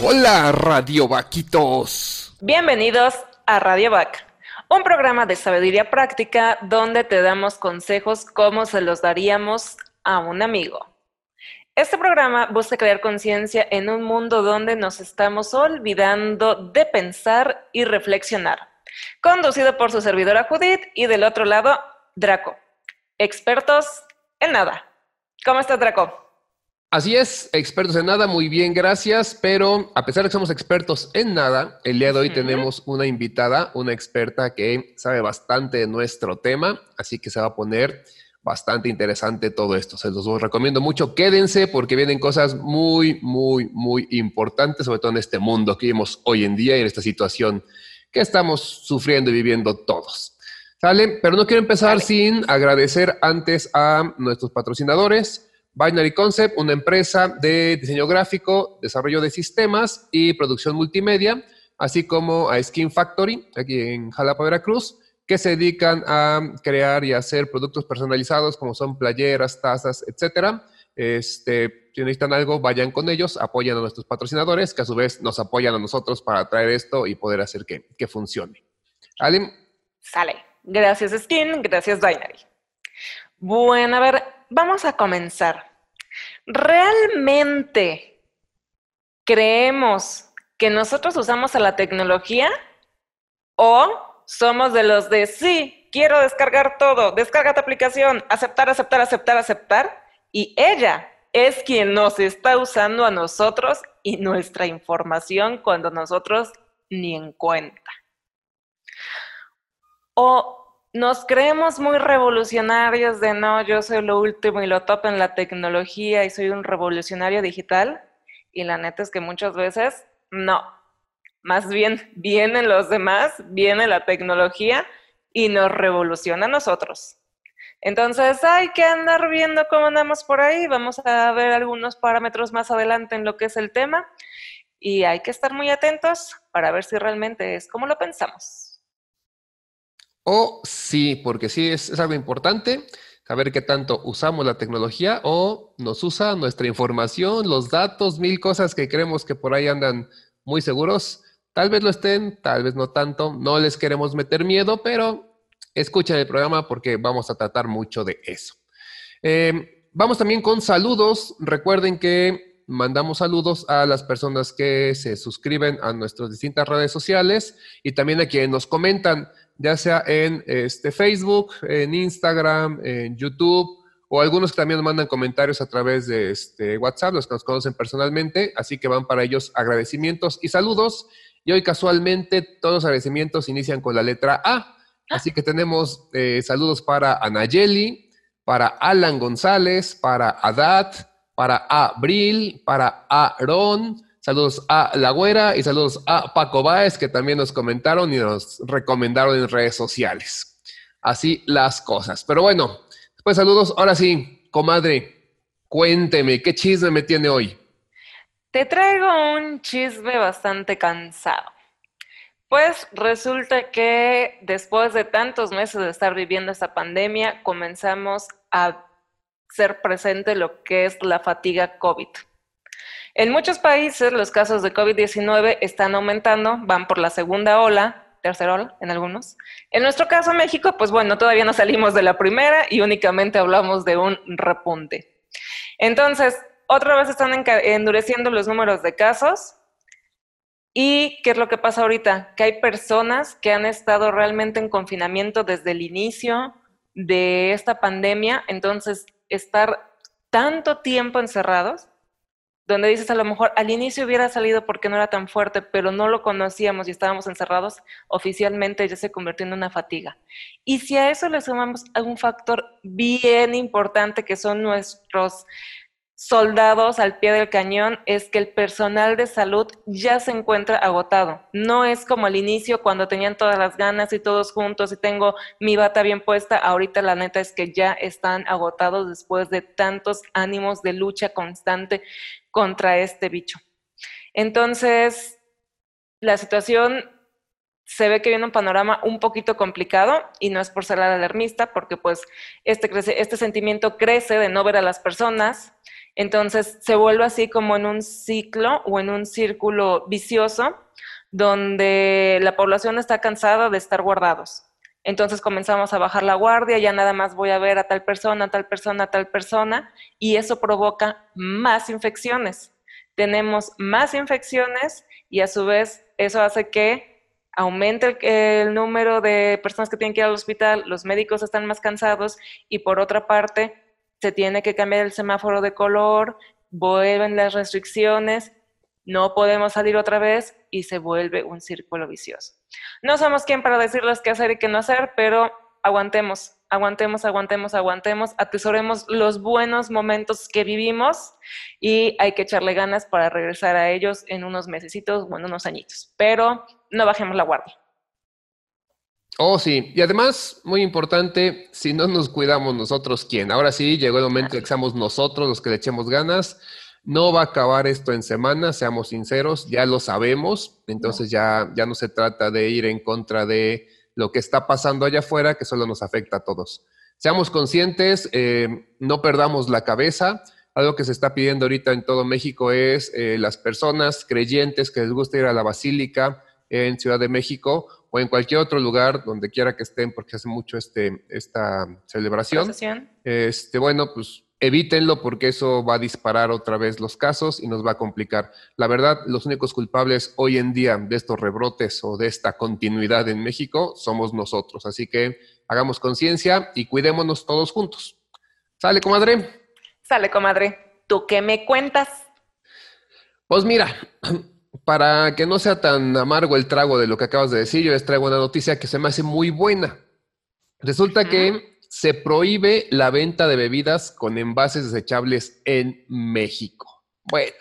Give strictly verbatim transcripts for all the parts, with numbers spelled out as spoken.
Hola, Radio Vaquitos. Bienvenidos a Radio Vac, un programa de sabiduría práctica donde te damos consejos como se los daríamos a un amigo. Este programa busca crear conciencia en un mundo donde nos estamos olvidando de pensar y reflexionar. Conducido por su servidora Judith y del otro lado, Draco, expertos en nada. ¿Cómo estás, Draco? Así es, expertos en nada, muy bien, gracias, pero a pesar de que somos expertos en nada, el día de hoy uh-huh. tenemos una invitada, una experta que sabe bastante de nuestro tema, así que se va a poner bastante interesante todo esto. Se los recomiendo mucho, quédense porque vienen cosas muy, muy, muy importantes, sobre todo en este mundo que vivimos hoy en día y en esta situación que estamos sufriendo y viviendo todos. ¿Sale? Pero no quiero empezar ¿Sale? sin agradecer antes a nuestros patrocinadores. Binary Concept, una empresa de diseño gráfico, desarrollo de sistemas y producción multimedia, así como a Skin Factory, aquí en Jalapa, Veracruz, que se dedican a crear y hacer productos personalizados como son playeras, tazas, etcétera. Este, si necesitan algo, vayan con ellos, apoyan a nuestros patrocinadores, que a su vez nos apoyan a nosotros para traer esto y poder hacer que, que funcione. ¿Vale? Sale. Gracias, Skin. Gracias, Binary. Bueno, a ver, vamos a comenzar. ¿Realmente creemos que nosotros usamos a la tecnología o somos de los de sí, quiero descargar todo, descarga tu aplicación, aceptar, aceptar, aceptar, aceptar, y ella es quien nos está usando a nosotros y nuestra información cuando nosotros ni en cuenta? O nos creemos muy revolucionarios de no, yo soy lo último y lo top en la tecnología y soy un revolucionario digital, y la neta es que muchas veces no, más bien vienen los demás, viene la tecnología y nos revoluciona a nosotros. Entonces hay que andar viendo cómo andamos por ahí, vamos a ver algunos parámetros más adelante en lo que es el tema y hay que estar muy atentos para ver si realmente es como lo pensamos. O sí, porque sí es, es algo importante, saber qué tanto usamos la tecnología o nos usa nuestra información, los datos, mil cosas que creemos que por ahí andan muy seguros. Tal vez lo estén, tal vez no tanto, no les queremos meter miedo, pero escuchen el programa porque vamos a tratar mucho de eso. Eh, vamos también con saludos. Recuerden que mandamos saludos a las personas que se suscriben a nuestras distintas redes sociales y también a quienes nos comentan, ya sea en este, Facebook, en Instagram, en YouTube, o algunos que también nos mandan comentarios a través de este, WhatsApp, los que nos conocen personalmente, así que van para ellos agradecimientos y saludos. Y hoy casualmente todos los agradecimientos inician con la letra A, así que tenemos eh, saludos para Anayeli, para Alan González, para Adad, para Abril, para Aaron. Saludos a La Güera y saludos a Paco Báez, que también nos comentaron y nos recomendaron en redes sociales. Así las cosas. Pero bueno, después saludos. Ahora sí, comadre, cuénteme, ¿qué chisme me tiene hoy? Te traigo un chisme bastante cansado. Pues resulta que después de tantos meses de estar viviendo esta pandemia, comenzamos a ser presente lo que es la fatiga COVID. En muchos países los casos de COVID diecinueve están aumentando, van por la segunda ola, tercera ola en algunos. En nuestro caso, México, pues bueno, todavía no salimos de la primera y únicamente hablamos de un repunte. Entonces, otra vez están endureciendo los números de casos. ¿Y qué es lo que pasa ahorita? Que hay personas que han estado realmente en confinamiento desde el inicio de esta pandemia, entonces estar tanto tiempo encerrados, donde dices a lo mejor al inicio hubiera salido porque no era tan fuerte, pero no lo conocíamos y estábamos encerrados, oficialmente ya se convirtió en una fatiga. Y si a eso le sumamos un factor bien importante que son nuestros soldados al pie del cañón, es que el personal de salud ya se encuentra agotado. No es como al inicio cuando tenían todas las ganas y todos juntos y tengo mi bata bien puesta. Ahorita la neta es que ya están agotados después de tantos ánimos de lucha constante contra este bicho. Entonces, la situación se ve que viene un panorama un poquito complicado y no es por ser alarmista, porque pues este, crece, este sentimiento crece de no ver a las personas. Entonces se vuelve así como en un ciclo o en un círculo vicioso donde la población está cansada de estar guardados. Entonces comenzamos a bajar la guardia, ya nada más voy a ver a tal persona, a tal persona, a tal persona, y eso provoca más infecciones. Tenemos más infecciones y a su vez eso hace que aumente el, el número de personas que tienen que ir al hospital, los médicos están más cansados y por otra parte se tiene que cambiar el semáforo de color, vuelven las restricciones, no podemos salir otra vez y se vuelve un círculo vicioso. No somos quien para decirles qué hacer y qué no hacer, pero aguantemos, aguantemos, aguantemos, aguantemos, atesoremos los buenos momentos que vivimos y hay que echarle ganas para regresar a ellos en unos mesecitos o en unos añitos, pero no bajemos la guardia. Oh, sí. Y además, muy importante, si no nos cuidamos nosotros, ¿quién? Ahora sí, llegó el momento de que seamos nosotros los que le echemos ganas. No va a acabar esto en semanas, seamos sinceros, ya lo sabemos. Entonces ya, ya no se trata de ir en contra de lo que está pasando allá afuera, que solo nos afecta a todos. Seamos conscientes, eh, no perdamos la cabeza. Algo que se está pidiendo ahorita en todo México es eh, las personas creyentes que les gusta ir a la Basílica en Ciudad de México o en cualquier otro lugar donde quiera que estén, porque hace mucho este, esta celebración. ¿Procesión? Este, bueno, pues evítenlo porque eso va a disparar otra vez los casos y nos va a complicar. La verdad, los únicos culpables hoy en día de estos rebrotes o de esta continuidad en México somos nosotros. Así que hagamos conciencia y cuidémonos todos juntos. ¿Sale, comadre? Sale, comadre. ¿Tú qué me cuentas? Pues mira, para que no sea tan amargo el trago de lo que acabas de decir, yo les traigo una noticia que se me hace muy buena. Resulta Ujú. que se prohíbe la venta de bebidas con envases desechables en México. Bueno,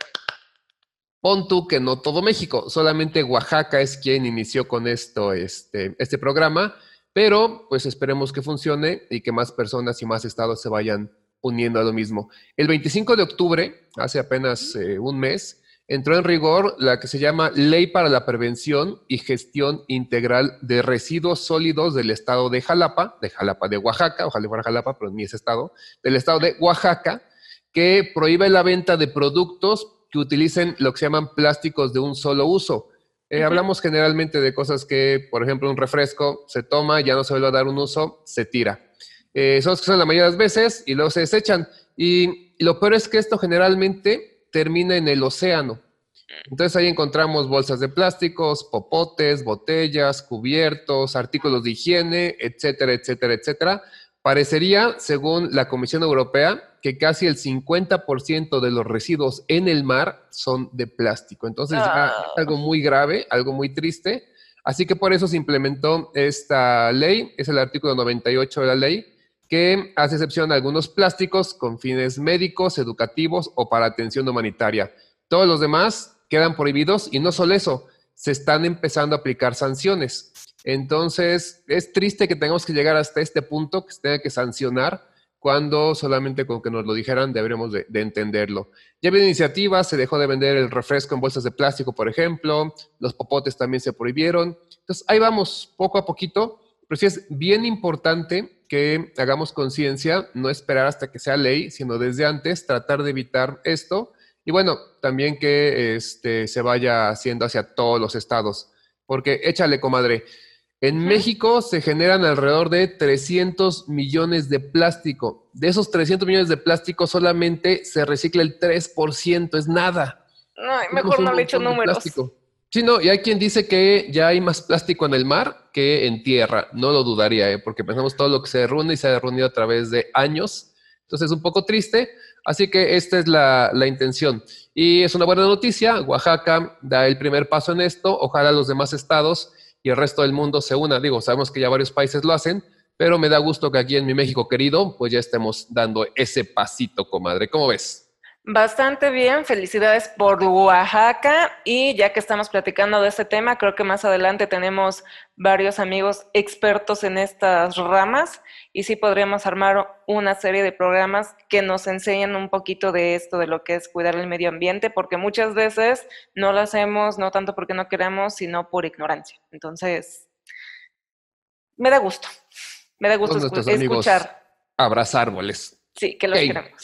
pon tú que no todo México, solamente Oaxaca es quien inició con esto, este, este programa, pero pues esperemos que funcione y que más personas y más estados se vayan uniendo a lo mismo. El veinticinco de octubre, hace apenas eh, un mes, entró en rigor la que se llama Ley para la Prevención y Gestión Integral de Residuos Sólidos del estado de Jalapa, de Jalapa de Oaxaca, ojalá fuera Jalapa, pero ni ese estado, del estado de Oaxaca, que prohíbe la venta de productos que utilicen lo que se llaman plásticos de un solo uso. Eh, Ujú. Hablamos generalmente de cosas que, por ejemplo, un refresco se toma, ya no se vuelve a dar un uso, se tira. Eh, son los que son la mayoría de las veces y luego se desechan. Y, y lo peor es que esto generalmente termina en el océano. Entonces ahí encontramos bolsas de plásticos, popotes, botellas, cubiertos, artículos de higiene, etcétera, etcétera, etcétera. Parecería, según la Comisión Europea, que casi el cincuenta por ciento de los residuos en el mar son de plástico. Entonces ya Ah, es algo muy grave, algo muy triste. Así que por eso se implementó esta ley, es el artículo noventa y ocho de la ley, que hace excepción a algunos plásticos con fines médicos, educativos o para atención humanitaria. Todos los demás quedan prohibidos y no solo eso, se están empezando a aplicar sanciones. Entonces, es triste que tengamos que llegar hasta este punto, que se tenga que sancionar, cuando solamente con que nos lo dijeran deberíamos de, de entenderlo. Ya había iniciativas, se dejó de vender el refresco en bolsas de plástico, por ejemplo, los popotes también se prohibieron. Entonces, ahí vamos, poco a poquito, pero sí es bien importante que hagamos conciencia, no esperar hasta que sea ley, sino desde antes tratar de evitar esto. Y bueno, también que este, se vaya haciendo hacia todos los estados, porque échale, comadre, en ujú. México se generan alrededor de trescientos millones de plástico. De esos trescientos millones de plástico solamente se recicla el tres por ciento, es nada. Ay, Tenemos mejor un no le echo montón de números. plástico. Sí, no, y hay quien dice que ya hay más plástico en el mar que en tierra. No lo dudaría, ¿eh? Porque pensamos todo lo que se derrumba y se ha derrundido a través de años. Entonces es un poco triste. Así que esta es la, la intención. Y es una buena noticia. Oaxaca da el primer paso en esto. Ojalá los demás estados y el resto del mundo se una. Digo, sabemos que ya varios países lo hacen, pero me da gusto que aquí en mi México querido, pues ya estemos dando ese pasito, comadre. ¿Cómo ves? Bastante bien, felicidades por Oaxaca y ya que estamos platicando de este tema, creo que más adelante tenemos varios amigos expertos en estas ramas y sí podríamos armar una serie de programas que nos enseñan un poquito de esto, de lo que es cuidar el medio ambiente, porque muchas veces no lo hacemos no tanto porque no queramos, sino por ignorancia. Entonces, me da gusto, me da gusto Todos escu- nuestros amigos escuchar, abrazárboles. sí, que Ok, los queremos.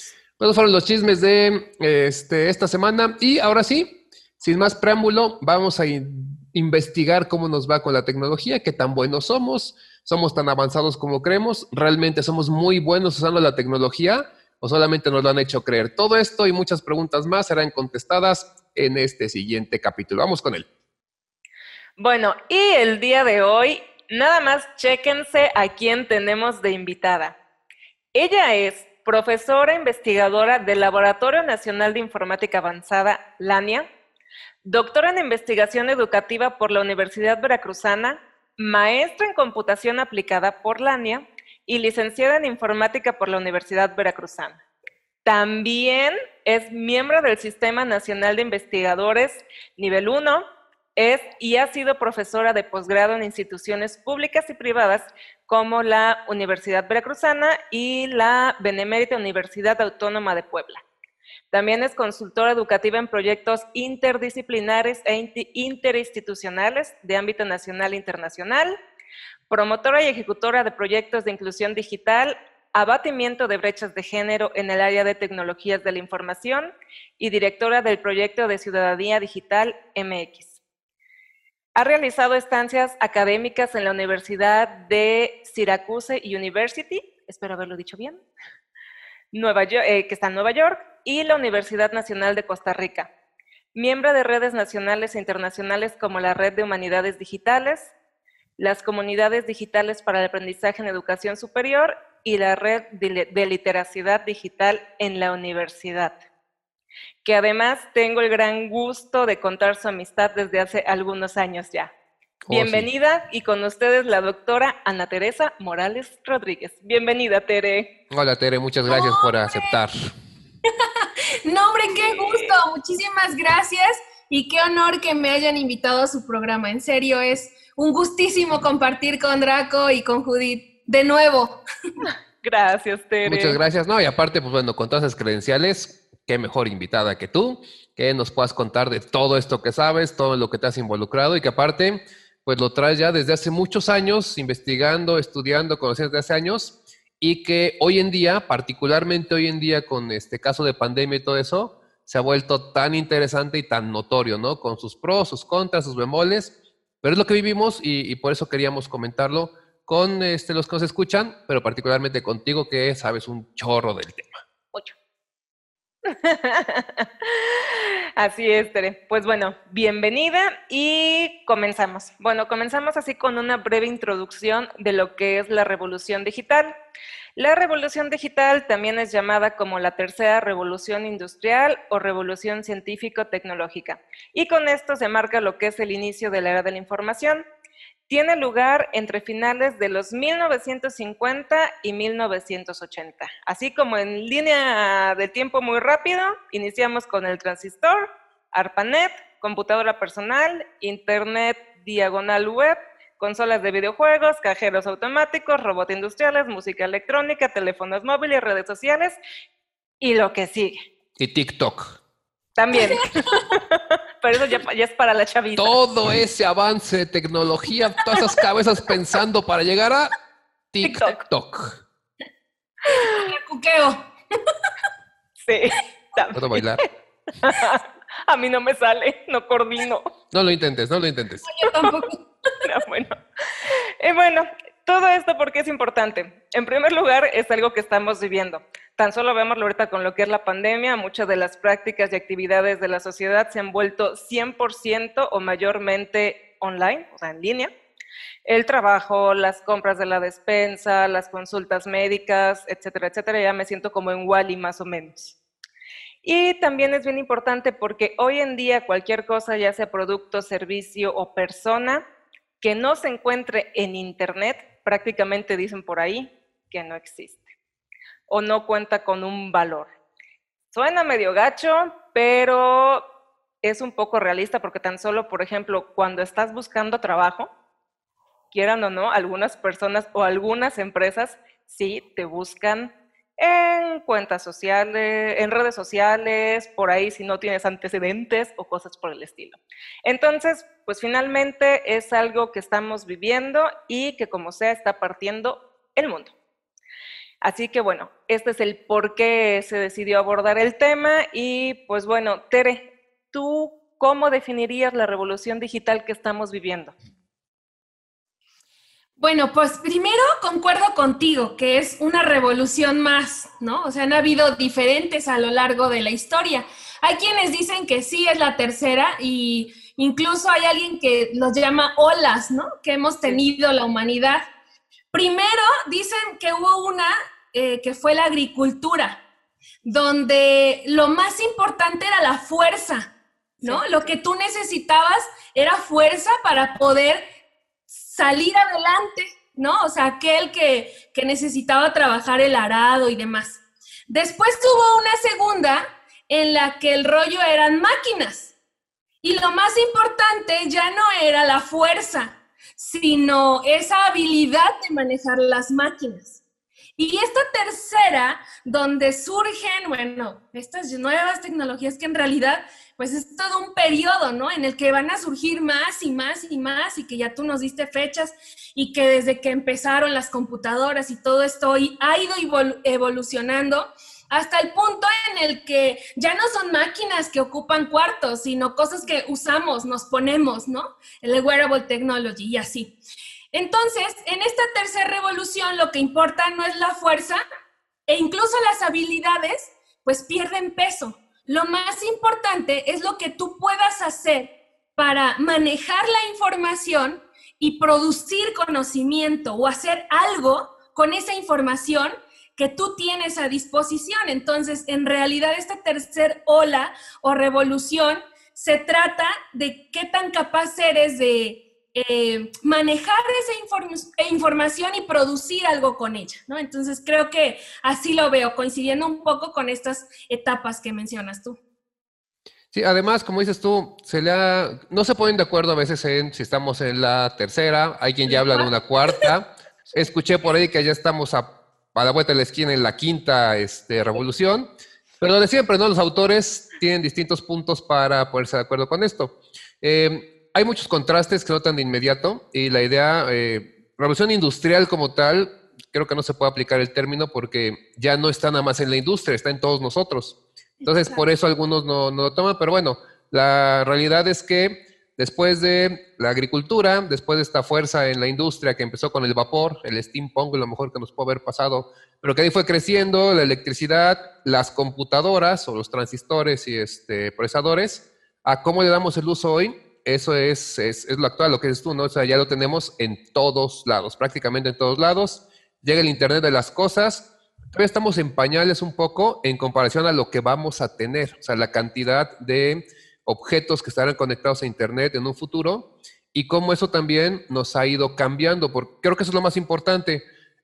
Esos fueron los chismes de este, esta semana. Y ahora sí, sin más preámbulo, vamos a in investigar cómo nos va con la tecnología, qué tan buenos somos, somos tan avanzados como creemos, realmente somos muy buenos usando la tecnología o solamente nos lo han hecho creer. Todo esto y muchas preguntas más serán contestadas en este siguiente capítulo. Vamos con él. Bueno, y el día de hoy, nada más chéquense a quién tenemos de invitada. Ella es profesora investigadora del Laboratorio Nacional de Informática Avanzada, LANIA, doctora en investigación educativa por la Universidad Veracruzana, maestra en computación aplicada por LANIA y licenciada en informática por la Universidad Veracruzana. También es miembro del Sistema Nacional de Investigadores Nivel uno, es y ha sido profesora de posgrado en instituciones públicas y privadas como la Universidad Veracruzana y la Benemérita Universidad Autónoma de Puebla. También es consultora educativa en proyectos interdisciplinares e interinstitucionales de ámbito nacional e internacional, promotora y ejecutora de proyectos de inclusión digital, abatimiento de brechas de género en el área de tecnologías de la información y directora del proyecto de Ciudadanía Digital M X. Ha realizado estancias académicas en la Universidad de Syracuse University, espero haberlo dicho bien, Nueva York, eh, que está en Nueva York, y la Universidad Nacional de Costa Rica. Miembro de redes nacionales e internacionales como la Red de Humanidades Digitales, las Comunidades Digitales para el Aprendizaje en Educación Superior y la Red de Literacidad Digital en la Universidad, que además tengo el gran gusto de contar su amistad desde hace algunos años ya. Oh, bienvenida, sí. Y con ustedes la doctora Ana Teresa Morales Rodríguez. Bienvenida, Tere. Hola, Tere, muchas gracias ¡Oh, por aceptar. No, hombre, qué gusto, muchísimas gracias y qué honor que me hayan invitado a su programa. En serio, es un gustísimo compartir con Draco y con Judith de nuevo. Gracias, Tere. Muchas gracias. No, y aparte, pues bueno, con todas esas credenciales, qué mejor invitada que tú, que nos puedas contar de todo esto que sabes, todo lo que te has involucrado y que aparte, pues lo traes ya desde hace muchos años, investigando, estudiando, conociendo desde hace años, y que hoy en día, particularmente hoy en día con este caso de pandemia y todo eso, se ha vuelto tan interesante y tan notorio, ¿no? Con sus pros, sus contras, sus bemoles, pero es lo que vivimos y, y por eso queríamos comentarlo con este, los que nos escuchan, pero particularmente contigo que sabes un chorro del tema. Mucho. Así es, Tere. Pues bueno, bienvenida y comenzamos. Bueno, comenzamos así con una breve introducción de lo que es la revolución digital. La revolución digital también es llamada como la tercera revolución industrial o revolución científico-tecnológica. Y con esto se marca lo que es el inicio de la era de la información. Tiene lugar entre finales de los mil novecientos cincuenta y mil novecientos ochenta. Así como en línea de tiempo muy rápido, iniciamos con el transistor, ARPANET, computadora personal, internet diagonal web, consolas de videojuegos, cajeros automáticos, robots industriales, música electrónica, teléfonos móviles, redes sociales y lo que sigue. Y TikTok. También. Pero eso ya, ya es para la chavita. Todo ese avance de tecnología, todas esas cabezas pensando para llegar a TikTok. TikTok. Cuqueo. Sí. También. ¿Puedo bailar? A mí no me sale, no coordino. No lo intentes, no lo intentes. No, yo tampoco. No, bueno. Y bueno, todo esto porque es importante. En primer lugar, es algo que estamos viviendo. Tan solo vemos ahorita con lo que es la pandemia, muchas de las prácticas y actividades de la sociedad se han vuelto cien por ciento o mayormente online, o sea, en línea. El trabajo, las compras de la despensa, las consultas médicas, etcétera, etcétera. Ya me siento como en Wall-E más o menos. Y también es bien importante porque hoy en día cualquier cosa, ya sea producto, servicio o persona, que no se encuentre en internet, prácticamente dicen por ahí que no existe o no cuenta con un valor. Suena medio gacho, pero es un poco realista porque tan solo, por ejemplo, cuando estás buscando trabajo, quieran o no, algunas personas o algunas empresas sí te buscan en cuentas sociales, en redes sociales, por ahí si no tienes antecedentes o cosas por el estilo. Entonces, pues finalmente es algo que estamos viviendo y que como sea está partiendo el mundo. Así que bueno, este es el por qué se decidió abordar el tema y pues bueno, Tere, ¿tú cómo definirías la revolución digital que estamos viviendo? Bueno, pues primero concuerdo contigo que es una revolución más, ¿no? O sea, han habido diferentes a lo largo de la historia. Hay quienes dicen que sí es la tercera y incluso hay alguien que los llama olas, ¿no? Que hemos tenido la humanidad. Primero dicen que hubo una eh, que fue la agricultura, donde lo más importante era la fuerza, ¿no? Sí. Lo que tú necesitabas era fuerza para poder salir adelante, ¿no? O sea, aquel que, que necesitaba trabajar el arado y demás. Después tuvo una segunda en la que el rollo eran máquinas. Y lo más importante ya no era la fuerza, sino esa habilidad de manejar las máquinas. Y esta tercera, donde surgen, bueno, estas nuevas tecnologías que en realidad, pues es todo un periodo, ¿no? En el que van a surgir más y más y más y que ya tú nos diste fechas y que desde que empezaron las computadoras y todo esto ha ido evolucionando hasta el punto en el que ya no son máquinas que ocupan cuartos, sino cosas que usamos, nos ponemos, ¿no? El wearable technology y así. Entonces, en esta tercera revolución lo que importa no es la fuerza e incluso las habilidades, pues pierden peso. Lo más importante es lo que tú puedas hacer para manejar la información y producir conocimiento o hacer algo con esa información que tú tienes a disposición. Entonces, en realidad, esta tercera ola o revolución se trata de qué tan capaz eres de Eh, manejar esa inform- información y producir algo con ella, ¿no? Entonces creo que así lo veo, coincidiendo un poco con estas etapas que mencionas tú. Sí, además, como dices tú, se le ha, no se ponen de acuerdo a veces en si estamos en la tercera, hay quien ya habla de una cuarta. Escuché por ahí que ya estamos a, a la vuelta de la esquina en la quinta este, revolución, pero lo de siempre, ¿no? Los autores tienen distintos puntos para ponerse de acuerdo con esto. Eh, Hay muchos contrastes que notan de inmediato y la idea, eh, revolución industrial como tal, creo que no se puede aplicar el término porque ya no está nada más en la industria, está en todos nosotros. Entonces, por eso algunos no, no lo toman, pero bueno, la realidad es que después de la agricultura, después de esta fuerza en la industria que empezó con el vapor, el steampunk, lo mejor que nos puede haber pasado, pero que ahí fue creciendo la electricidad, las computadoras o los transistores y este, procesadores, ¿a cómo le damos el uso hoy? Eso es, es, es lo actual, lo que dices tú, ¿no? O sea, ya lo tenemos en todos lados, prácticamente en todos lados. Llega el Internet de las cosas. Todavía estamos en pañales un poco en comparación a lo que vamos a tener. O sea, la cantidad de objetos que estarán conectados a Internet en un futuro y cómo eso también nos ha ido cambiando. Porque creo que eso es lo más importante.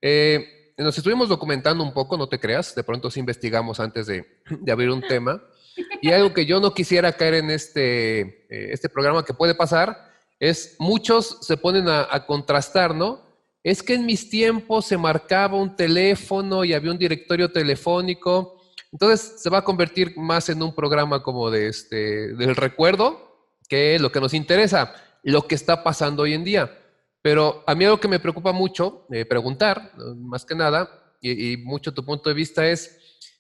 Eh, nos estuvimos documentando un poco, no te creas. De pronto sí investigamos antes de, de abrir un tema. Y algo que yo no quisiera caer en este, eh, este programa que puede pasar es muchos se ponen a, a contrastar, ¿no? Es que en mis tiempos se marcaba un teléfono y había un directorio telefónico. Entonces se va a convertir más en un programa como de este, del recuerdo que lo que nos interesa, lo que está pasando hoy en día. Pero a mí algo que me preocupa mucho eh, preguntar, más que nada, y, y mucho tu punto de vista es,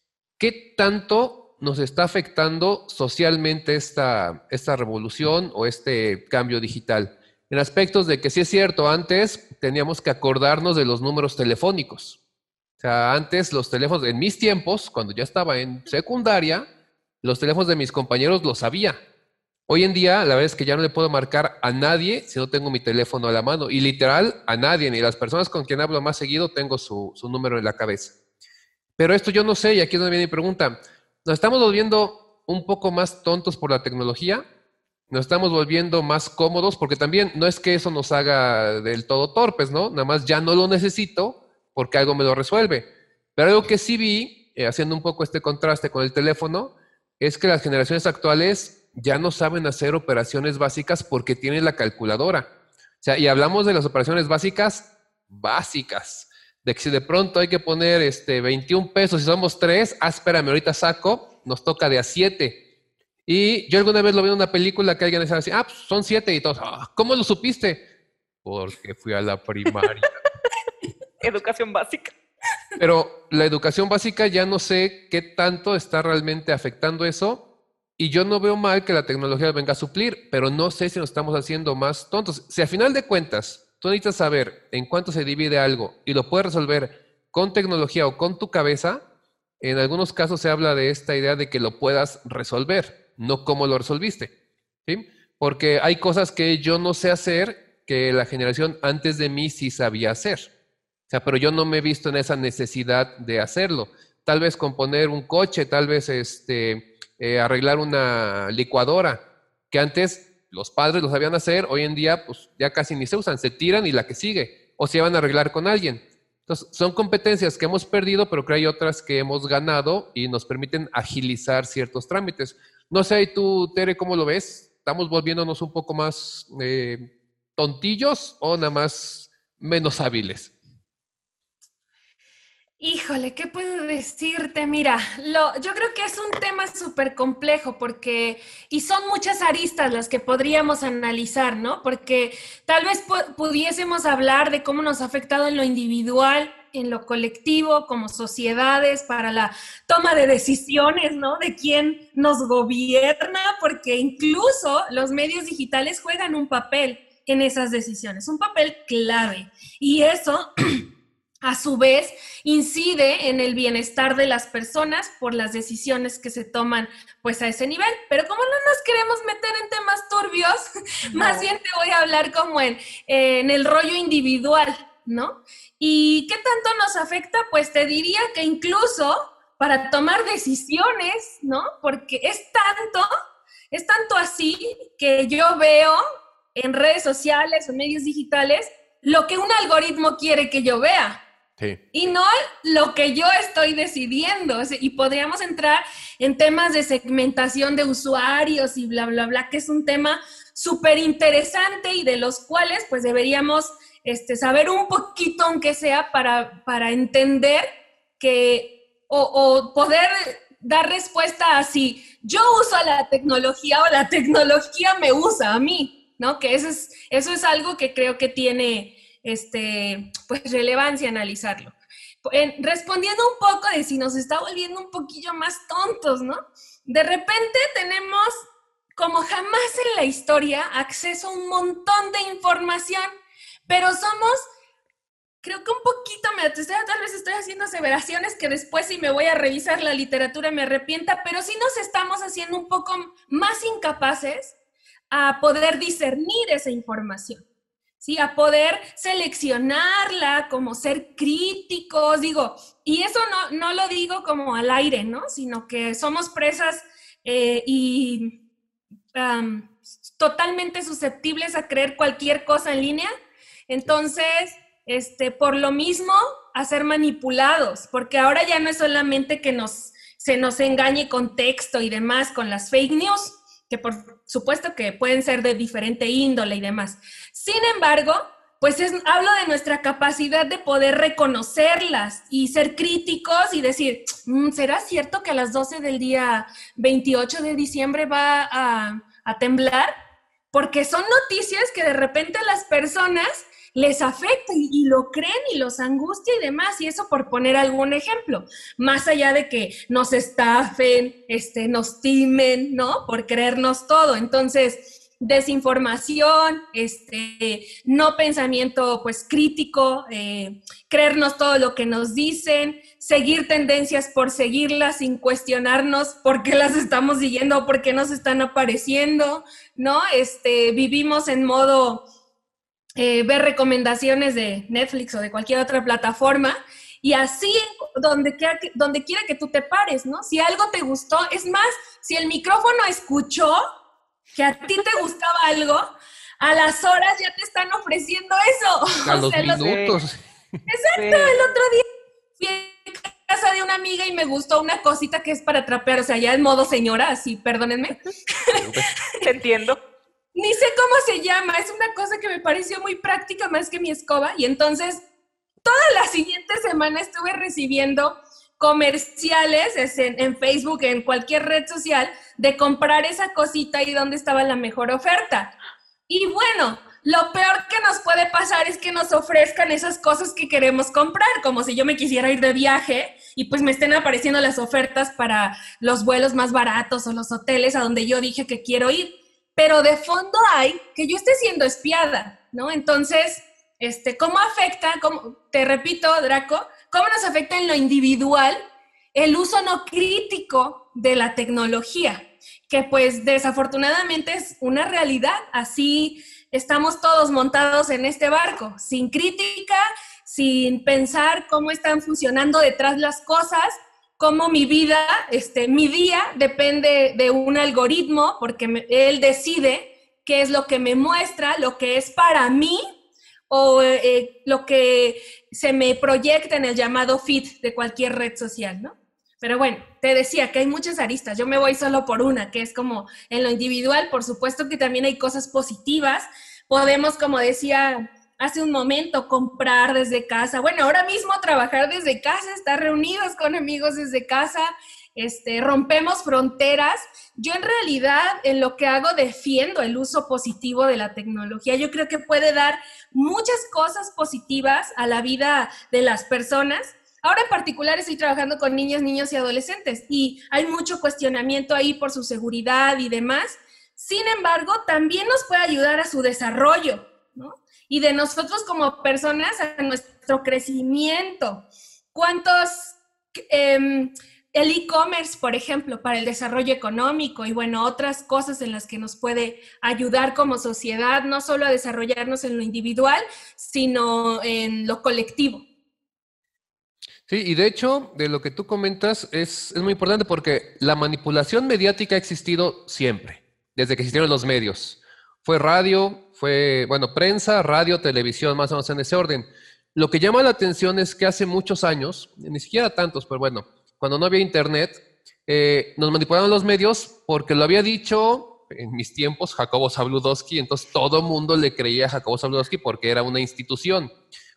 ¿qué tanto nos está afectando socialmente esta, esta revolución o este cambio digital? En aspectos de que sí es cierto, antes teníamos que acordarnos de los números telefónicos. O sea, antes los teléfonos, en mis tiempos, cuando ya estaba en secundaria, los teléfonos de mis compañeros los sabía. Hoy en día, la verdad es que ya no le puedo marcar a nadie si no tengo mi teléfono a la mano. Y literal, a nadie, ni las personas con quien hablo más seguido, tengo su, su número en la cabeza. Pero esto yo no sé, y aquí es donde viene mi pregunta. ¿Nos estamos volviendo un poco más tontos por la tecnología? ¿Nos estamos volviendo más cómodos? Porque también no es que eso nos haga del todo torpes, ¿no? Nada más ya no lo necesito porque algo me lo resuelve. Pero algo que sí vi, eh, haciendo un poco este contraste con el teléfono, es que las generaciones actuales ya no saben hacer operaciones básicas porque tienen la calculadora. O sea, y hablamos de las operaciones básicas, básicas. De que si de pronto hay que poner este, veintiún pesos y somos tres, ah, espérame, ahorita saco, nos toca de a siete. Y yo alguna vez lo vi en una película que alguien decía así, ah, pues son siete y todos, ah, ¿cómo lo supiste? Porque fui a la primaria. Educación básica. Pero la educación básica ya no sé qué tanto está realmente afectando eso y yo no veo mal que la tecnología venga a suplir, pero no sé si nos estamos haciendo más tontos. Si a final de cuentas tú necesitas saber en cuánto se divide algo y lo puedes resolver con tecnología o con tu cabeza, en algunos casos se habla de esta idea de que lo puedas resolver, no cómo lo resolviste, ¿sí? Porque hay cosas que yo no sé hacer que la generación antes de mí sí sabía hacer. O sea, pero yo no me he visto en esa necesidad de hacerlo. Tal vez componer un coche, tal vez este, eh, arreglar una licuadora, que antes los padres lo sabían hacer, hoy en día pues ya casi ni se usan, se tiran y la que sigue, o se van a arreglar con alguien. Entonces, son competencias que hemos perdido, pero que hay otras que hemos ganado y nos permiten agilizar ciertos trámites. No sé, ¿y tú, Tere, cómo lo ves? ¿Estamos volviéndonos un poco más eh, tontillos o nada más menos hábiles? Híjole, ¿qué puedo decirte? Mira, lo, yo creo que es un tema súper complejo porque, y son muchas aristas las que podríamos analizar, ¿no? Porque tal vez pu- pudiésemos hablar de cómo nos ha afectado en lo individual, en lo colectivo, como sociedades, para la toma de decisiones, ¿no? De quién nos gobierna, porque incluso los medios digitales juegan un papel en esas decisiones, un papel clave. Y eso a su vez, incide en el bienestar de las personas por las decisiones que se toman pues a ese nivel. Pero como no nos queremos meter en temas turbios, no. Más bien te voy a hablar como en, eh, en el rollo individual, ¿no? ¿Y qué tanto nos afecta? Pues te diría que incluso para tomar decisiones, ¿no? Porque es tanto, es tanto así que yo veo en redes sociales o medios digitales lo que un algoritmo quiere que yo vea. Sí. Y no lo que yo estoy decidiendo. Y podríamos entrar en temas de segmentación de usuarios y bla, bla, bla, que es un tema súper interesante y de los cuales pues deberíamos este, saber un poquito, aunque sea, para, para entender que, o, o poder dar respuesta a si yo uso la tecnología o la tecnología me usa a mí, ¿no? Que eso es, eso es algo que creo que tiene... Este, pues relevancia analizarlo. En, respondiendo un poco de si nos está volviendo un poquillo más tontos, ¿no? De repente tenemos, como jamás en la historia, acceso a un montón de información, pero somos, creo que un poquito, me, tal vez estoy haciendo aseveraciones que después si me voy a revisar la literatura me arrepienta, pero sí nos estamos haciendo un poco más incapaces a poder discernir esa información. Sí, a poder seleccionarla, como ser críticos, digo, y eso no, no lo digo como al aire, ¿no? Sino que somos presas eh, y um, totalmente susceptibles a creer cualquier cosa en línea. Entonces, este, por lo mismo, a ser manipulados, porque ahora ya no es solamente que nos, se nos engañe con texto y demás, con las fake news, que por supuesto que pueden ser de diferente índole y demás. Sin embargo, pues es, hablo de nuestra capacidad de poder reconocerlas y ser críticos y decir, ¿será cierto que a las doce del día veintiocho de diciembre va a, a temblar? Porque son noticias que de repente a las personas les afecta y, y lo creen y los angustia y demás, y eso por poner algún ejemplo, más allá de que nos estafen, este, nos timen, ¿no? Por creernos todo. Entonces, desinformación, este, no pensamiento pues crítico, eh, creernos todo lo que nos dicen, seguir tendencias por seguirlas sin cuestionarnos por qué las estamos siguiendo o por qué nos están apareciendo, ¿no? Este, vivimos en modo Eh, ver recomendaciones de Netflix o de cualquier otra plataforma y así donde quiera, que, donde quiera que tú te pares, ¿no? Si algo te gustó, es más, si el micrófono escuchó que a ti te gustaba algo, a las horas ya te están ofreciendo eso. A los sea, minutos. Los... Exacto, sí. El otro día fui a casa de una amiga y me gustó una cosita que es para trapear, o sea, ya en modo señora, así, perdónenme. Te entiendo. Ni sé cómo se llama, es una cosa que me pareció muy práctica más que mi escoba y entonces toda la siguiente semana estuve recibiendo comerciales en, en Facebook, en cualquier red social, de comprar esa cosita y dónde estaba la mejor oferta. Y bueno, lo peor que nos puede pasar es que nos ofrezcan esas cosas que queremos comprar, como si yo me quisiera ir de viaje y pues me estén apareciendo las ofertas para los vuelos más baratos o los hoteles a donde yo dije que quiero ir. Pero de fondo hay que yo esté siendo espiada, ¿no? Entonces, este, ¿cómo afecta, cómo, te repito, Draco, cómo nos afecta en lo individual el uso no crítico de la tecnología? Que pues desafortunadamente es una realidad, así estamos todos montados en este barco, sin crítica, sin pensar cómo están funcionando detrás las cosas, cómo mi vida, este, mi día depende de un algoritmo, porque me, él decide qué es lo que me muestra, lo que es para mí, o eh, lo que se me proyecta en el llamado feed de cualquier red social, ¿no? Pero bueno, te decía que hay muchas aristas, yo me voy solo por una, que es como en lo individual, por supuesto que también hay cosas positivas, podemos, como decía hace un momento, comprar desde casa, bueno, ahora mismo trabajar desde casa, estar reunidos con amigos desde casa, este, rompemos fronteras. Yo en realidad en lo que hago defiendo el uso positivo de la tecnología, yo creo que puede dar muchas cosas positivas a la vida de las personas. Ahora en particular estoy trabajando con niñas, niños y adolescentes y hay mucho cuestionamiento ahí por su seguridad y demás. Sin embargo, también nos puede ayudar a su desarrollo, ¿no? Y de nosotros como personas a nuestro crecimiento. ¿Cuántos, eh, el e-commerce, por ejemplo, para el desarrollo económico y bueno, otras cosas en las que nos puede ayudar como sociedad, no solo a desarrollarnos en lo individual, sino en lo colectivo? Sí, y de hecho, de lo que tú comentas es, es muy importante porque la manipulación mediática ha existido siempre, desde que existieron los medios. Fue radio, fue, bueno, prensa, radio, televisión, más o menos en ese orden. Lo que llama la atención es que hace muchos años, ni siquiera tantos, pero bueno, cuando no había internet, eh, nos manipulaban los medios porque lo había dicho en mis tiempos Jacobo Zabludovsky, entonces todo mundo le creía a Jacobo Zabludovsky porque era una institución.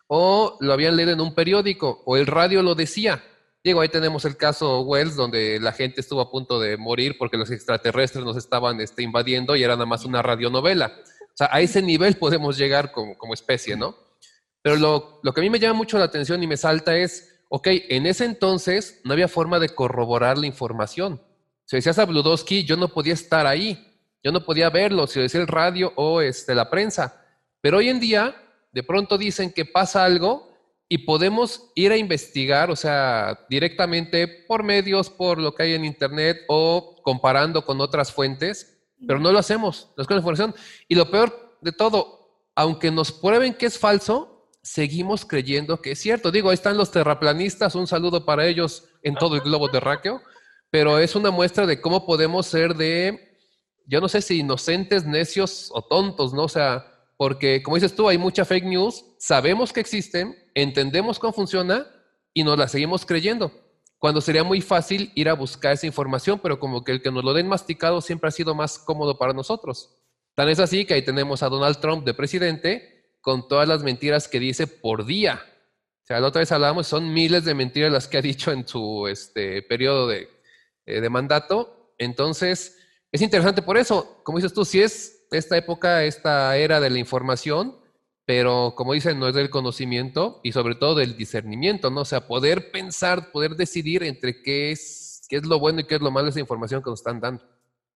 O lo habían leído en un periódico, o el radio lo decía. Digo, ahí tenemos el caso Wells, donde la gente estuvo a punto de morir porque los extraterrestres nos estaban este, invadiendo y era nada más una radionovela. O sea, a ese nivel podemos llegar como, como especie, ¿no? Pero lo, lo que a mí me llama mucho la atención y me salta es, ok, en ese entonces no había forma de corroborar la información. Si decías a Bludowski, yo no podía estar ahí, yo no podía verlo, si lo decía el radio o este, la prensa. Pero hoy en día, de pronto dicen que pasa algo y podemos ir a investigar, o sea, directamente por medios, por lo que hay en internet o comparando con otras fuentes, pero no lo hacemos, nos con la información. Y lo peor de todo, aunque nos prueben que es falso, seguimos creyendo que es cierto. Digo, ahí están los terraplanistas, un saludo para ellos en todo el globo terráqueo, pero es una muestra de cómo podemos ser de, yo no sé si inocentes, necios o tontos, ¿no? O sea, porque, como dices tú, hay mucha fake news, sabemos que existen, entendemos cómo funciona y nos la seguimos creyendo. Cuando sería muy fácil ir a buscar esa información, pero como que el que nos lo den masticado siempre ha sido más cómodo para nosotros. Tan es así que ahí tenemos a Donald Trump de presidente con todas las mentiras que dice por día. O sea, la otra vez hablábamos, son miles de mentiras las que ha dicho en su este, periodo de, eh, de mandato. Entonces, es interesante por eso. Como dices tú, si es esta época, esta era de la información, pero como dicen, no es del conocimiento y sobre todo del discernimiento, ¿no? O sea, poder pensar, poder decidir entre qué es, qué es lo bueno y qué es lo malo de esa información que nos están dando.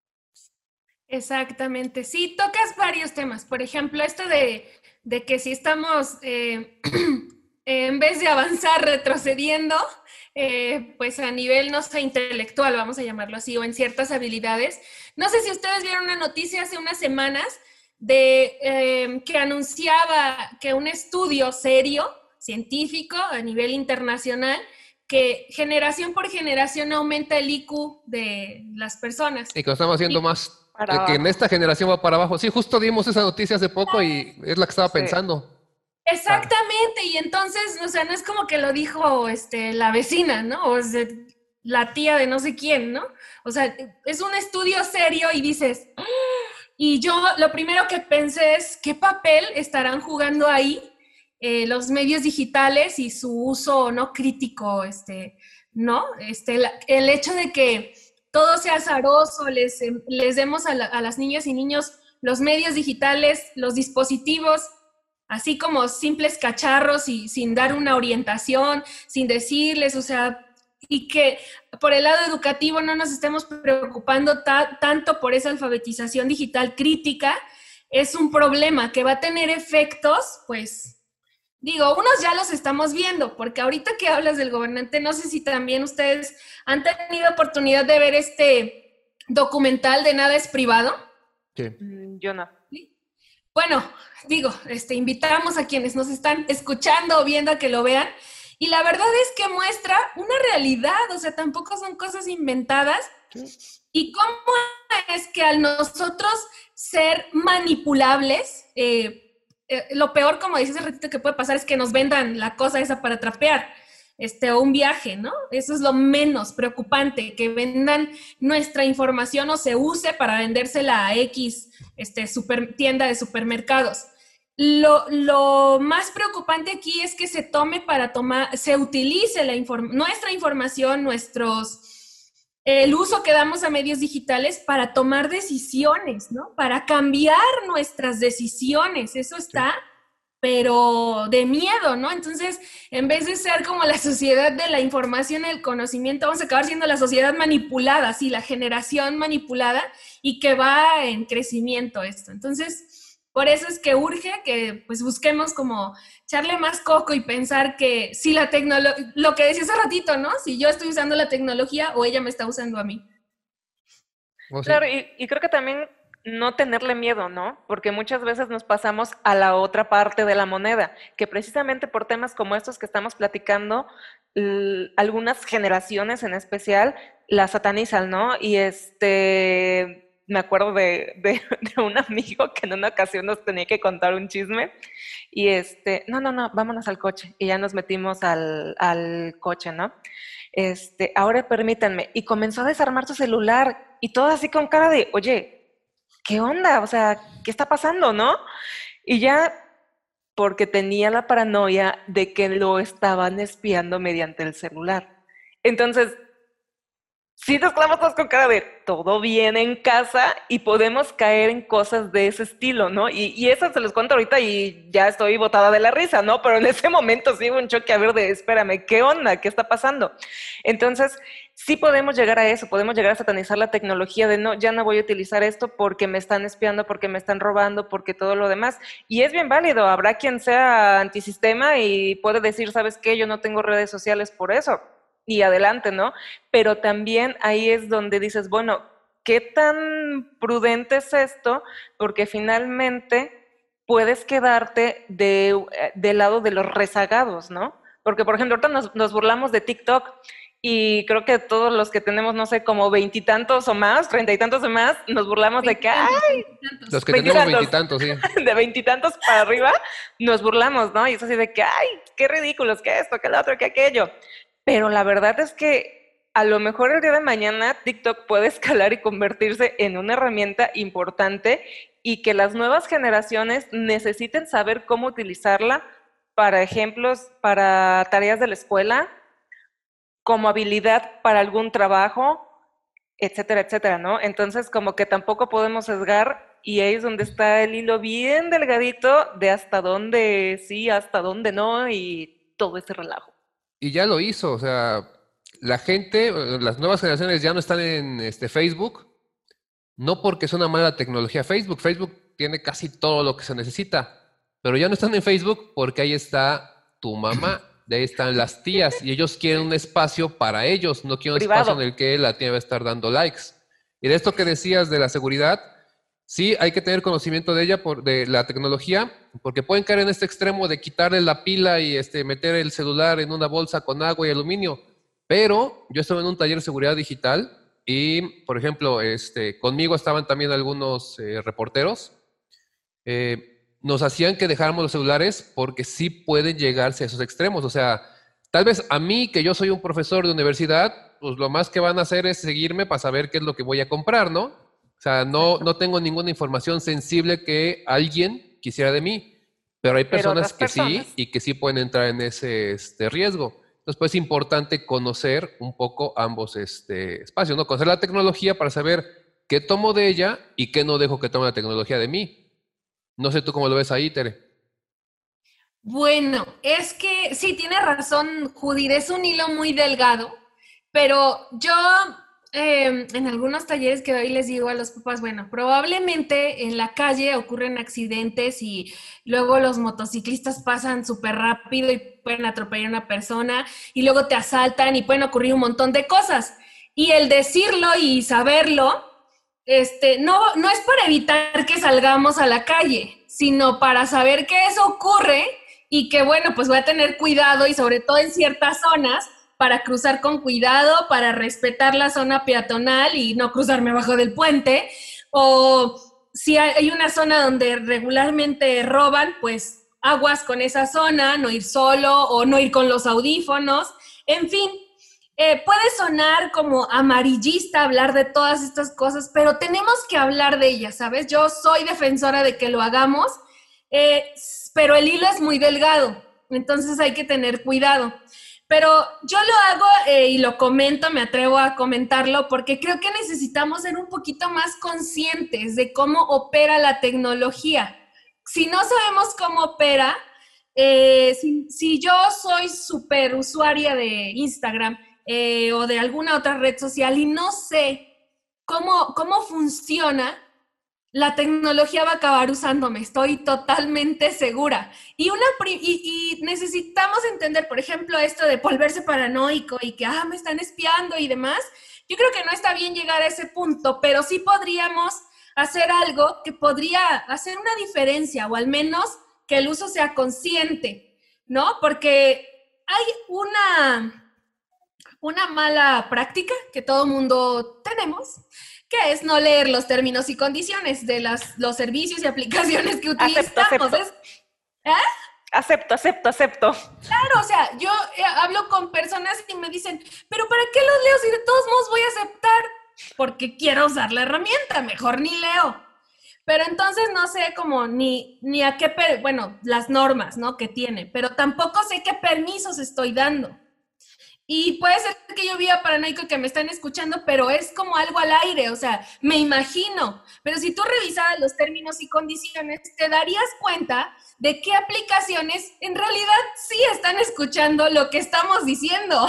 Exactamente, sí, tocas varios temas. Por ejemplo, esto de, de que si estamos, eh, en vez de avanzar, retrocediendo, eh, pues a nivel, no sé, intelectual, vamos a llamarlo así, o en ciertas habilidades. No sé si ustedes vieron una noticia hace unas semanas de eh, que anunciaba que un estudio serio, científico, a nivel internacional, que generación por generación aumenta el I Q de las personas. Y que lo estamos haciendo y más, para que en esta generación va para abajo. Sí, justo dimos esa noticia hace poco y es la que estaba sí. pensando. Exactamente, y entonces, o sea, no es como que lo dijo este, la vecina, ¿no? O sea, la tía de no sé quién, ¿no? O sea, es un estudio serio y dices, ¡ah! Y yo lo primero que pensé es, ¿qué papel estarán jugando ahí eh, los medios digitales y su uso no crítico, este, ¿no? Este, la, el hecho de que todo sea azaroso, les, les demos a, la, a las niñas y niños los medios digitales, los dispositivos, así como simples cacharros y sin dar una orientación, sin decirles, o sea, y que por el lado educativo no nos estemos preocupando ta- tanto por esa alfabetización digital crítica, es un problema que va a tener efectos, pues, digo, unos ya los estamos viendo, porque ahorita que hablas del gobernante, no sé si también ustedes han tenido oportunidad de ver este documental de Nada es Privado. Sí. Mm, Yo no. ¿Sí? Bueno, digo, este, invitamos a quienes nos están escuchando o viendo a que lo vean. Y la verdad es que muestra una realidad, o sea, tampoco son cosas inventadas. Sí. Y cómo es que al nosotros ser manipulables, eh, eh, lo peor, como dices hace ratito, que puede pasar es que nos vendan la cosa esa para trapear, este, o un viaje, ¿no? Eso es lo menos preocupante, que vendan nuestra información o se use para vendérsela a X este, super, tienda de supermercados. Lo, lo más preocupante aquí es que se tome para tomar, se utilice la inform nuestra información, nuestros, el uso que damos a medios digitales para tomar decisiones, ¿no? Para cambiar nuestras decisiones. Eso está, pero de miedo, ¿no? Entonces, en vez de ser como la sociedad de la información y el conocimiento, vamos a acabar siendo la sociedad manipulada, sí, la generación manipulada y que va en crecimiento esto. Entonces, por eso es que urge que pues busquemos como echarle más coco y pensar que si la tecnología, lo que decía hace ratito, ¿no? Si yo estoy usando la tecnología o ella me está usando a mí. ¿O sí? Claro, y, y creo que también no tenerle miedo, ¿no? Porque muchas veces nos pasamos a la otra parte de la moneda, que precisamente por temas como estos que estamos platicando, l- algunas generaciones en especial la satanizan, ¿no? Y este, me acuerdo de, de, de un amigo que en una ocasión nos tenía que contar un chisme y este, no, no, no, vámonos al coche. Y ya nos metimos al, al coche, ¿no? Este, ahora permítanme. Y comenzó a desarmar su celular y todo así con cara de, oye, ¿qué onda? O sea, ¿qué está pasando, no? Y ya porque tenía la paranoia de que lo estaban espiando mediante el celular. Entonces, sí nos quedamos todos con cara de todo bien en casa y podemos caer en cosas de ese estilo, ¿no? Y, y eso se los cuento ahorita y ya estoy botada de la risa, ¿no? Pero en ese momento sí hubo un choque a ver de, espérame, ¿qué onda? ¿Qué está pasando? Entonces, sí podemos llegar a eso, podemos llegar a satanizar la tecnología de no, ya no voy a utilizar esto porque me están espiando, porque me están robando, porque todo lo demás. Y es bien válido, habrá quien sea antisistema y puede decir, ¿sabes qué? Yo no tengo redes sociales por eso. Y adelante, ¿no? Pero también ahí es donde dices, bueno, ¿qué tan prudente es esto? Porque finalmente puedes quedarte de, del lado de los rezagados, ¿no? Porque, por ejemplo, ahorita nos, nos burlamos de TikTok y creo que todos los que tenemos, no sé, como veintitantos o más, treinta y tantos o más, nos burlamos de que, ¡ay! Los que tenemos veintitantos, sí. De veintitantos para arriba, nos burlamos, ¿no? Y es así de que, ¡ay! ¡Qué ridículos! ¿Qué esto? ¿Qué lo otro? ¿Qué aquello? Pero la verdad es que a lo mejor el día de mañana TikTok puede escalar y convertirse en una herramienta importante y que las nuevas generaciones necesiten saber cómo utilizarla para ejemplos, para tareas de la escuela, como habilidad para algún trabajo, etcétera, etcétera, ¿no? Entonces, como que tampoco podemos sesgar y ahí es donde está el hilo bien delgadito de hasta dónde sí, hasta dónde no y todo ese relajo. Y ya lo hizo, o sea, la gente, eh, las nuevas generaciones ya no están en este, Facebook, no porque es una mala tecnología Facebook, Facebook tiene casi todo lo que se necesita, pero ya no están en Facebook porque ahí está tu mamá, de ahí están las tías, y ellos quieren un espacio para ellos, no quieren un Privado. espacio en el que la tía va a estar dando likes. Y de esto que decías de la seguridad, sí hay que tener conocimiento de ella, por, de la tecnología, porque pueden caer en este extremo de quitarle la pila y este, meter el celular en una bolsa con agua y aluminio. Pero yo estuve en un taller de seguridad digital y, por ejemplo, este, conmigo estaban también algunos eh, reporteros. Eh, nos hacían que dejáramos los celulares porque sí pueden llegarse a esos extremos. O sea, tal vez a mí, que yo soy un profesor de universidad, pues lo más que van a hacer es seguirme para saber qué es lo que voy a comprar, ¿no? O sea, no, no tengo ninguna información sensible que alguien quisiera de mí, pero hay Pero personas otras que personas. sí y que sí pueden entrar en ese este, riesgo. Entonces, pues es importante conocer un poco ambos este, espacios, ¿no? Conocer la tecnología para saber qué tomo de ella y qué no dejo que tome la tecnología de mí. No sé tú cómo lo ves ahí, Tere. Bueno, es que sí, tiene razón, Judith, es un hilo muy delgado, pero yo eh, en algunos talleres que doy les digo a los papás, bueno, probablemente en la calle ocurren accidentes y luego los motociclistas pasan súper rápido y pueden atropellar a una persona y luego te asaltan y pueden ocurrir un montón de cosas. Y el decirlo y saberlo, este, no, no es para evitar que salgamos a la calle, sino para saber que eso ocurre y que, bueno, pues voy a tener cuidado y sobre todo en ciertas zonas para cruzar con cuidado, para respetar la zona peatonal y no cruzarme abajo del puente. O si hay una zona donde regularmente roban, pues aguas con esa zona, no ir solo o no ir con los audífonos. En fin, eh, puede sonar como amarillista hablar de todas estas cosas, pero tenemos que hablar de ellas, ¿sabes? Yo soy defensora de que lo hagamos, eh, pero el hilo es muy delgado, entonces hay que tener cuidado. Pero yo lo hago eh, y lo comento, me atrevo a comentarlo, porque creo que necesitamos ser un poquito más conscientes de cómo opera la tecnología. Si no sabemos cómo opera, eh, si, si yo soy súper usuaria de Instagram eh, o de alguna otra red social y no sé cómo, cómo funciona, la tecnología va a acabar usándome, estoy totalmente segura. Y, una, y, y necesitamos entender, por ejemplo, esto de volverse paranoico y que, ah, me están espiando y demás. Yo creo que no está bien llegar a ese punto, pero sí podríamos hacer algo que podría hacer una diferencia, o al menos que el uso sea consciente, ¿no? Porque hay una, una mala práctica que todo mundo tenemos, que es no leer los términos y condiciones de las, los servicios y aplicaciones que utilizamos. Acepto, acepto. Es, ¿eh? Acepto, acepto, acepto. Claro, o sea, yo eh, hablo con personas y me dicen, pero ¿para qué los leo si de todos modos voy a aceptar? Porque quiero usar la herramienta, mejor ni leo. Pero entonces no sé cómo ni, ni a qué, per bueno, las normas, ¿no? Que tiene, pero tampoco sé qué permisos estoy dando. Y puede ser que yo viva paranoico y que me están escuchando, pero es como algo al aire, o sea, me imagino. Pero si tú revisaras los términos y condiciones, te darías cuenta de qué aplicaciones en realidad sí están escuchando lo que estamos diciendo.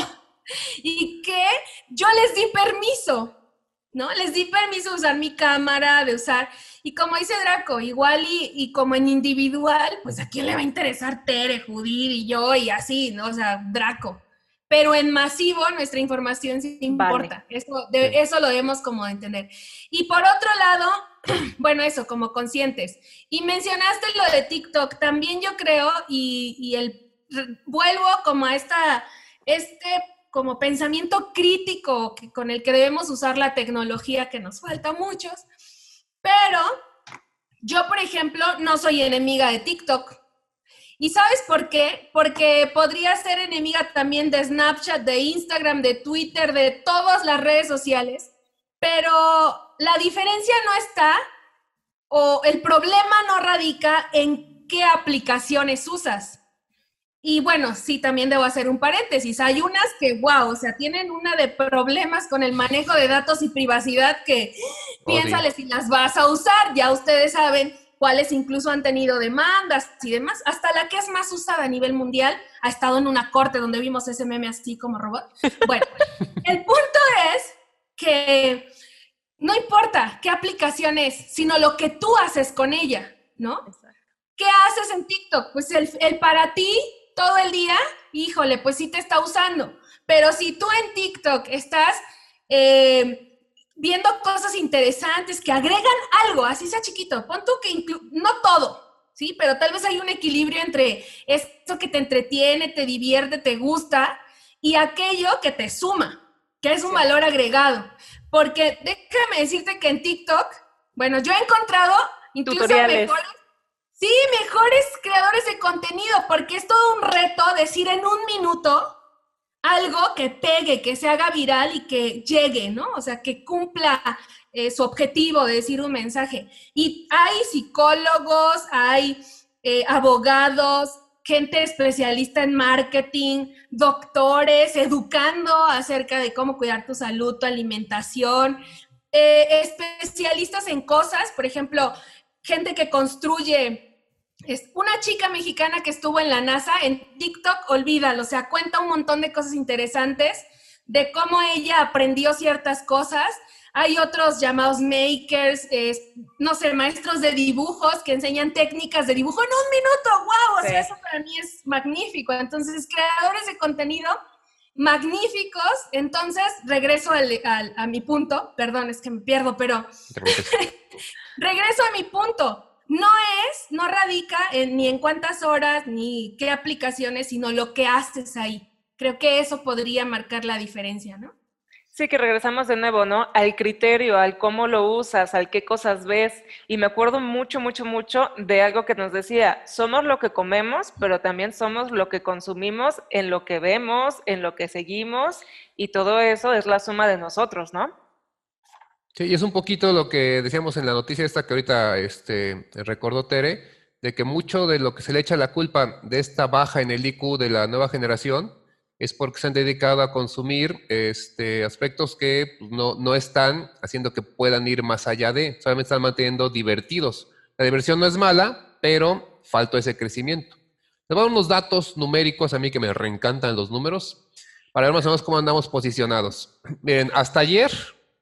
Y que yo les di permiso, ¿no? Les di permiso de usar mi cámara, de usar... Y como dice Draco, igual y, y como en individual, pues ¿a quién le va a interesar Tere, Judith y yo y así, ¿no? O sea, Draco. Pero en masivo nuestra información sí importa. Vale. Eso, de, eso lo debemos como entender. Y por otro lado, bueno, eso, como conscientes. Y mencionaste lo de TikTok. También yo creo, y, y el, vuelvo como a esta, este como pensamiento crítico que, con el que debemos usar la tecnología, que nos falta a muchos. Pero yo, por ejemplo, no soy enemiga de TikTok. ¿Y sabes por qué? Porque podría ser enemiga también de Snapchat, de Instagram, de Twitter, de todas las redes sociales, pero la diferencia no está, o el problema no radica en qué aplicaciones usas. Y bueno, sí, también debo hacer un paréntesis. Hay unas que, wow, o sea, tienen una de problemas con el manejo de datos y privacidad que oh, piénsale sí. si las vas a usar, ya ustedes saben cuáles incluso han tenido demandas y demás, hasta la que es más usada a nivel mundial, ha estado en una corte donde vimos ese meme así como robot. Bueno, el punto es que no importa qué aplicación es, sino lo que tú haces con ella, ¿no? Exacto. ¿Qué haces en TikTok? Pues el, el para ti todo el día, híjole, pues sí te está usando, pero si tú en TikTok estás... Eh, viendo cosas interesantes que agregan algo, así sea chiquito, pon tú que inclu- no todo, ¿sí? Pero tal vez hay un equilibrio entre esto que te entretiene, te divierte, te gusta, y aquello que te suma, que es un sí. valor agregado. Porque déjame decirte que en TikTok, bueno, yo he encontrado incluso tutoriales. mejores, sí, mejores creadores de contenido, porque es todo un reto decir en un minuto algo que pegue, que se haga viral y que llegue, ¿no? O sea, que cumpla eh, su objetivo de decir un mensaje. Y hay psicólogos, hay eh, abogados, gente especialista en marketing, doctores, educando acerca de cómo cuidar tu salud, tu alimentación. eh, especialistas en cosas, por ejemplo, gente que construye, es una chica mexicana que estuvo en la NASA, en TikTok, olvídalo, o sea, cuenta un montón de cosas interesantes de cómo ella aprendió ciertas cosas. Hay otros llamados makers, eh, no sé, maestros de dibujos que enseñan técnicas de dibujo en un minuto. ¡Wow! O sea, eso para mí es magnífico. Entonces, creadores de contenido magníficos. Entonces, regreso al, al, a mi punto. Perdón, es que me pierdo, pero regreso a mi punto. No es, no radica en, ni en cuántas horas, ni qué aplicaciones, sino lo que haces ahí. Creo que eso podría marcar la diferencia, ¿no? Sí, que regresamos de nuevo, ¿no? Al criterio, al cómo lo usas, al qué cosas ves. Y me acuerdo mucho, mucho, mucho de algo que nos decía, somos lo que comemos, pero también somos lo que consumimos en lo que vemos, en lo que seguimos, y todo eso es la suma de nosotros, ¿no? Sí, y es un poquito lo que decíamos en la noticia esta que ahorita este, recordó Tere, de que mucho de lo que se le echa la culpa de esta baja en el I Q de la nueva generación es porque se han dedicado a consumir este, aspectos que no, no están haciendo que puedan ir más allá de, solamente están manteniendo divertidos. La diversión no es mala, pero falta ese crecimiento. Les voy a dar unos datos numéricos, a mí que me reencantan los números, para ver más o menos cómo andamos posicionados. Miren, hasta ayer,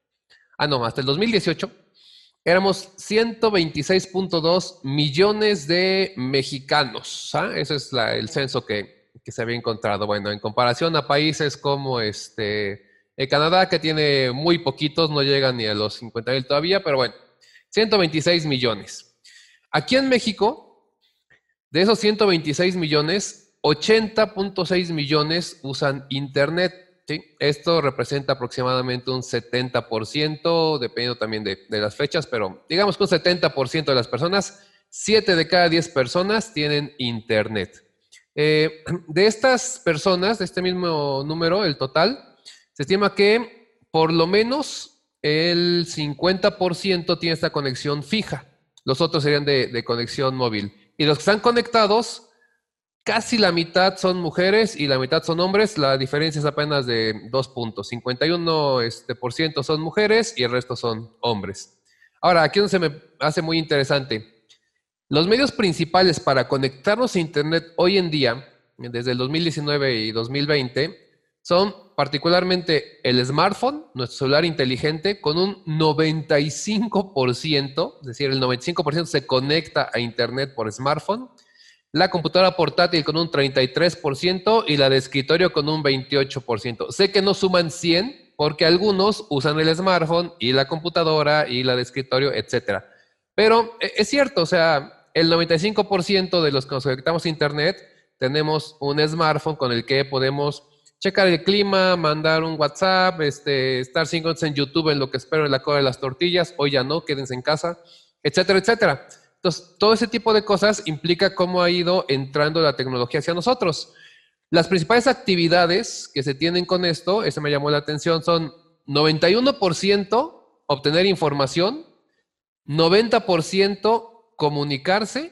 ah no, hasta el dos mil dieciocho, éramos ciento veintiséis punto dos millones de mexicanos. ¿Ah? Ese es la, el censo que... que se había encontrado. Bueno, en comparación a países como este, el Canadá, que tiene muy poquitos, no llegan ni a los cincuenta mil todavía, pero bueno, ciento veintiséis millones. Aquí en México, de esos ciento veintiséis millones, ochenta punto seis millones usan Internet. ¿Sí? Esto representa aproximadamente un setenta por ciento, dependiendo también de, de las fechas, pero digamos que un setenta por ciento de las personas, siete de cada diez personas tienen Internet. Eh, de estas personas, de este mismo número, el total, se estima que por lo menos el cincuenta por ciento tiene esta conexión fija. Los otros serían de, de conexión móvil. Y los que están conectados, casi la mitad son mujeres y la mitad son hombres. La diferencia es apenas de dos puntos. cincuenta y uno este, por ciento son mujeres y el resto son hombres. Ahora, aquí es donde se me hace muy interesante. Los medios principales para conectarnos a Internet hoy en día, desde el dos mil diecinueve y dos mil veinte, son particularmente el smartphone, nuestro celular inteligente, con un noventa y cinco por ciento, es decir, el noventa y cinco por ciento se conecta a Internet por smartphone, la computadora portátil con un treinta y tres por ciento y la de escritorio con un veintiocho por ciento. Sé que no suman cien porque algunos usan el smartphone y la computadora y la de escritorio, etcétera. Pero es cierto, o sea, el noventa y cinco por ciento de los que nos conectamos a Internet tenemos un smartphone con el que podemos checar el clima, mandar un WhatsApp, este, estar cinco minutos en YouTube en lo que espero en la cola de las tortillas, hoy ya no, quédense en casa, etcétera, etcétera. Entonces, todo ese tipo de cosas implica cómo ha ido entrando la tecnología hacia nosotros. Las principales actividades que se tienen con esto, eso me llamó la atención, son noventa y uno por ciento obtener información, noventa por ciento comunicarse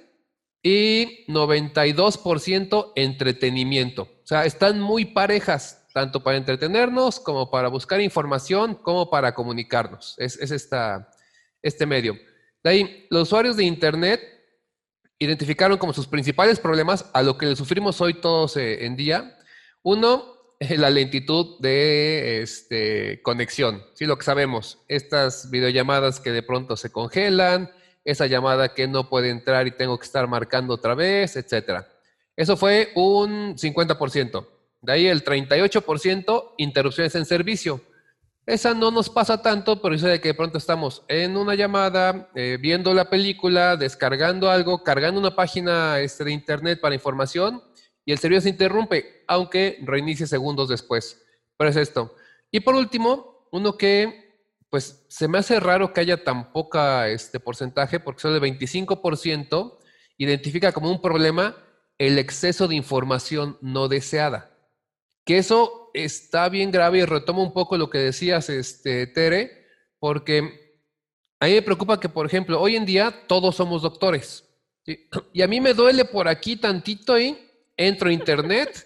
y noventa y dos por ciento entretenimiento. O sea, están muy parejas, tanto para entretenernos como para buscar información, como para comunicarnos. Es, es esta, este medio. De ahí, los usuarios de Internet identificaron como sus principales problemas a lo que le sufrimos hoy todos eh, en día. Uno, la lentitud de este, conexión. Sí, lo que sabemos, estas videollamadas que de pronto se congelan, esa llamada que no puede entrar y tengo que estar marcando otra vez, etcétera. Eso fue un cincuenta por ciento. De ahí el treinta y ocho por ciento interrupciones en servicio. Esa no nos pasa tanto, pero eso de que de pronto estamos en una llamada, eh, viendo la película, descargando algo, cargando una página este, de internet para información y el servicio se interrumpe, aunque reinicie segundos después. Pero es esto. Y por último, uno que pues se me hace raro que haya tan poca este porcentaje, porque solo el veinticinco por ciento identifica como un problema el exceso de información no deseada. Que eso está bien grave y retomo un poco lo que decías, este, Tere, porque a mí me preocupa que, por ejemplo, hoy en día todos somos doctores, ¿sí? Y a mí me duele por aquí tantito y entro a internet,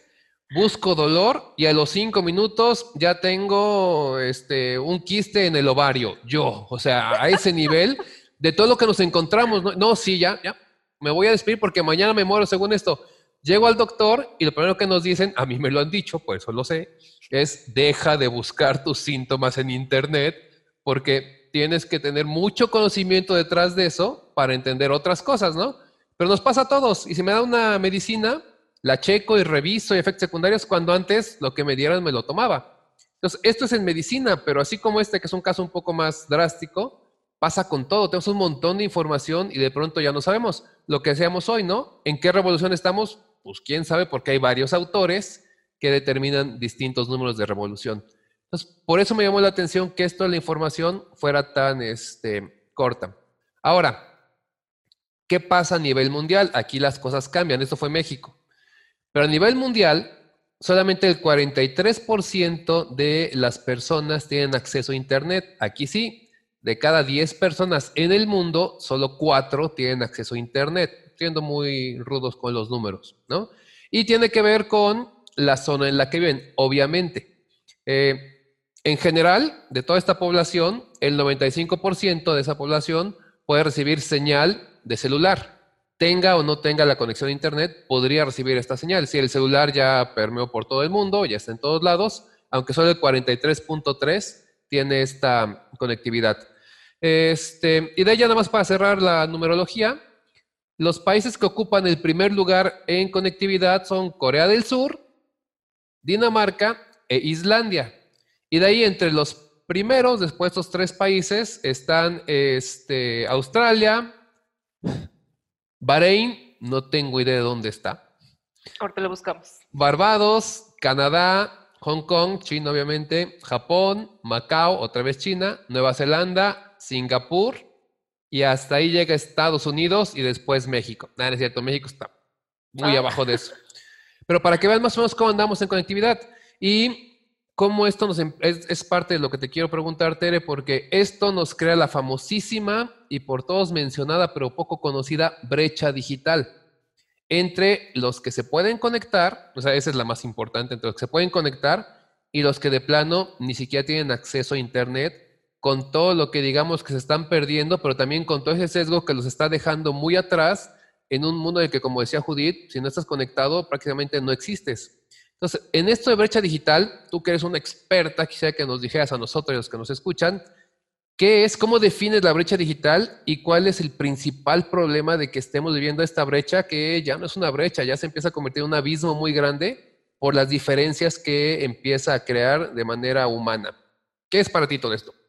busco dolor y a los cinco minutos ya tengo este, un quiste en el ovario. Yo, o sea, a ese nivel de todo lo que nos encontramos. No, no sí, ya, ya, me voy a despedir porque mañana me muero según esto. Llego al doctor y lo primero que nos dicen, a mí me lo han dicho, por eso lo sé, es deja de buscar tus síntomas en internet porque tienes que tener mucho conocimiento detrás de eso para entender otras cosas, ¿no? Pero nos pasa a todos. Y si me da una medicina, la checo y reviso y efectos secundarios cuando antes lo que me dieran me lo tomaba. Entonces, esto es en medicina, pero así como este, que es un caso un poco más drástico, pasa con todo. Tenemos un montón de información y de pronto ya no sabemos lo que decíamos hoy, ¿no? ¿En qué revolución estamos? Pues quién sabe, porque hay varios autores que determinan distintos números de revolución. Entonces, por eso me llamó la atención que esto de la información fuera tan este, corta. Ahora, ¿qué pasa a nivel mundial? Aquí las cosas cambian. Esto fue México. Pero a nivel mundial, solamente el cuarenta y tres por ciento de las personas tienen acceso a Internet. Aquí sí, de cada diez personas en el mundo, solo cuatro tienen acceso a Internet. Siendo muy rudos con los números, ¿no? Y tiene que ver con la zona en la que viven, obviamente. Eh, en general, de toda esta población, el noventa y cinco por ciento de esa población puede recibir señal de celular. Tenga o no tenga la conexión a Internet, podría recibir esta señal. Si el celular ya permeó por todo el mundo, ya está en todos lados, aunque solo el cuarenta y tres punto tres tiene esta conectividad. Este, y de ella nada más para cerrar la numerología, los países que ocupan el primer lugar en conectividad son Corea del Sur, Dinamarca e Islandia. Y de ahí entre los primeros, después de estos tres países, están este, Australia, Bahrein, no tengo idea de dónde está. Ahorita lo buscamos. Barbados, Canadá, Hong Kong, China obviamente, Japón, Macao, otra vez China, Nueva Zelanda, Singapur, y hasta ahí llega Estados Unidos y después México. Nada, no es cierto, México está muy Ah. abajo de eso. Pero para que vean más o menos cómo andamos en conectividad y cómo esto nos, es, es parte de lo que te quiero preguntar, Tere, porque esto nos crea la famosísima y por todos mencionada, pero poco conocida, brecha digital entre los que se pueden conectar, o sea, esa es la más importante, entre los que se pueden conectar y los que de plano ni siquiera tienen acceso a Internet, con todo lo que digamos que se están perdiendo, pero también con todo ese sesgo que los está dejando muy atrás en un mundo en el que, como decía Judith, si no estás conectado, prácticamente no existes. Entonces, en esto de brecha digital, tú que eres una experta, quisiera que nos dijeras a nosotros y a los que nos escuchan, ¿qué es? ¿Cómo defines la brecha digital? ¿Y cuál es el principal problema de que estemos viviendo esta brecha, que ya no es una brecha, ya se empieza a convertir en un abismo muy grande por las diferencias que empieza a crear de manera humana? ¿Qué es para ti todo esto?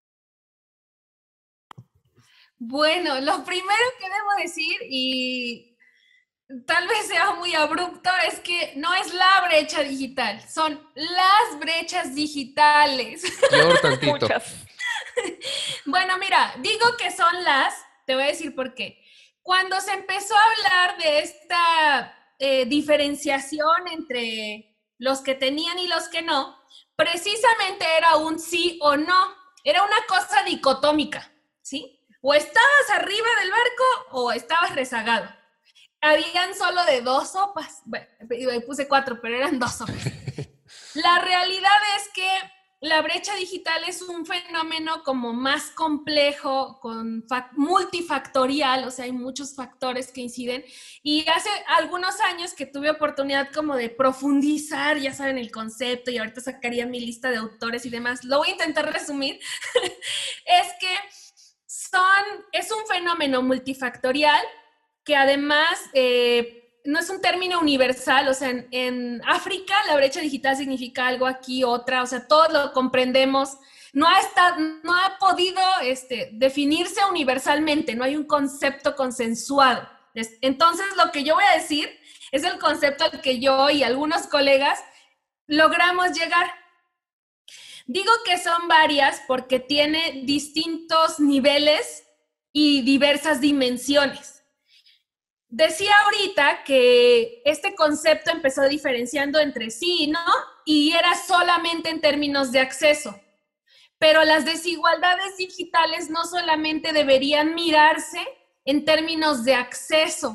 Bueno, lo primero que debo decir, y tal vez sea muy abrupto, es que no es la brecha digital, son las brechas digitales. Peor tantito. Muchas. Bueno, mira, digo que son las, te voy a decir por qué. Cuando se empezó a hablar de esta eh, diferenciación entre los que tenían y los que no, precisamente era un sí o no, era una cosa dicotómica, ¿sí? O estabas arriba del barco o estabas rezagado. Habían solo de dos sopas. Bueno, puse cuatro, pero eran dos sopas. La realidad es que la brecha digital es un fenómeno como más complejo, con multifactorial, o sea, hay muchos factores que inciden. Y hace algunos años que tuve oportunidad como de profundizar, ya saben, el concepto, y ahorita sacaría mi lista de autores y demás. Lo voy a intentar resumir. Es que Son, es un fenómeno multifactorial que además eh, no es un término universal, o sea, en, en África la brecha digital significa algo, aquí otra, o sea, todos lo comprendemos, no ha, estado, no ha podido este, definirse universalmente, no hay un concepto consensuado. Entonces, lo que yo voy a decir es el concepto al que yo y algunos colegas logramos llegar. Digo que son varias porque tiene distintos niveles y diversas dimensiones. Decía ahorita que este concepto empezó diferenciando entre sí y no, y era solamente en términos de acceso. Pero las desigualdades digitales no solamente deberían mirarse en términos de acceso,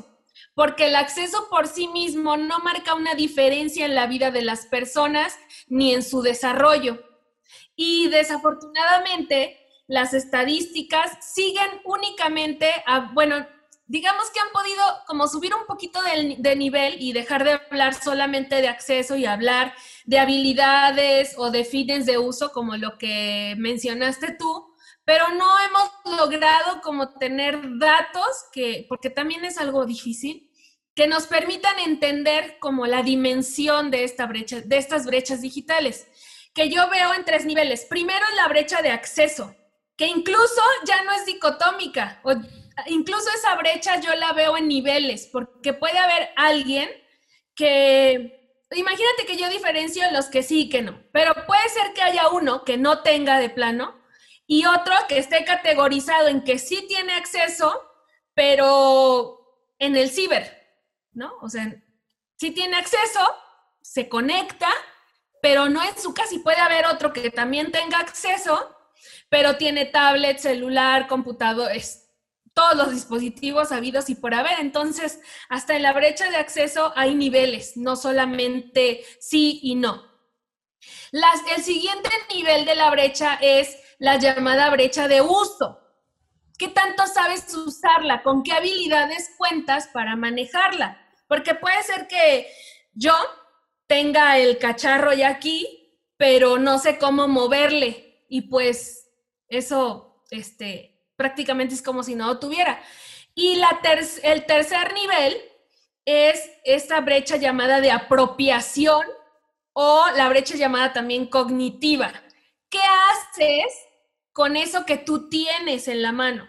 porque el acceso por sí mismo no marca una diferencia en la vida de las personas ni en su desarrollo. Y desafortunadamente, las estadísticas siguen únicamente a, bueno, digamos que han podido como subir un poquito de, de nivel y dejar de hablar solamente de acceso y hablar de habilidades o de fines de uso, como lo que mencionaste tú, pero no hemos logrado como tener datos, que, porque también es algo difícil, que nos permitan entender como la dimensión de, esta brecha, de estas brechas digitales, que yo veo en tres niveles. Primero, la brecha de acceso, que incluso ya no es dicotómica, o incluso esa brecha yo la veo en niveles, porque puede haber alguien que, imagínate que yo diferencio los que sí y que no, pero puede ser que haya uno que no tenga de plano y otro que esté categorizado en que sí tiene acceso, pero en el ciber, ¿no? O sea, sí tiene acceso, se conecta, pero no en su casa, y puede haber otro que también tenga acceso, pero tiene tablet, celular, computador, todos los dispositivos habidos y por haber. Entonces, hasta en la brecha de acceso hay niveles, no solamente sí y no. Las, el siguiente nivel de la brecha es la llamada brecha de uso. ¿Qué tanto sabes usarla? ¿Con qué habilidades cuentas para manejarla? Porque puede ser que yo tenga el cacharro ya aquí, pero no sé cómo moverle, y pues eso este, prácticamente es como si no lo tuviera. Y la ter el tercer nivel es esta brecha llamada de apropiación, o la brecha llamada también cognitiva. ¿Qué haces con eso que tú tienes en la mano?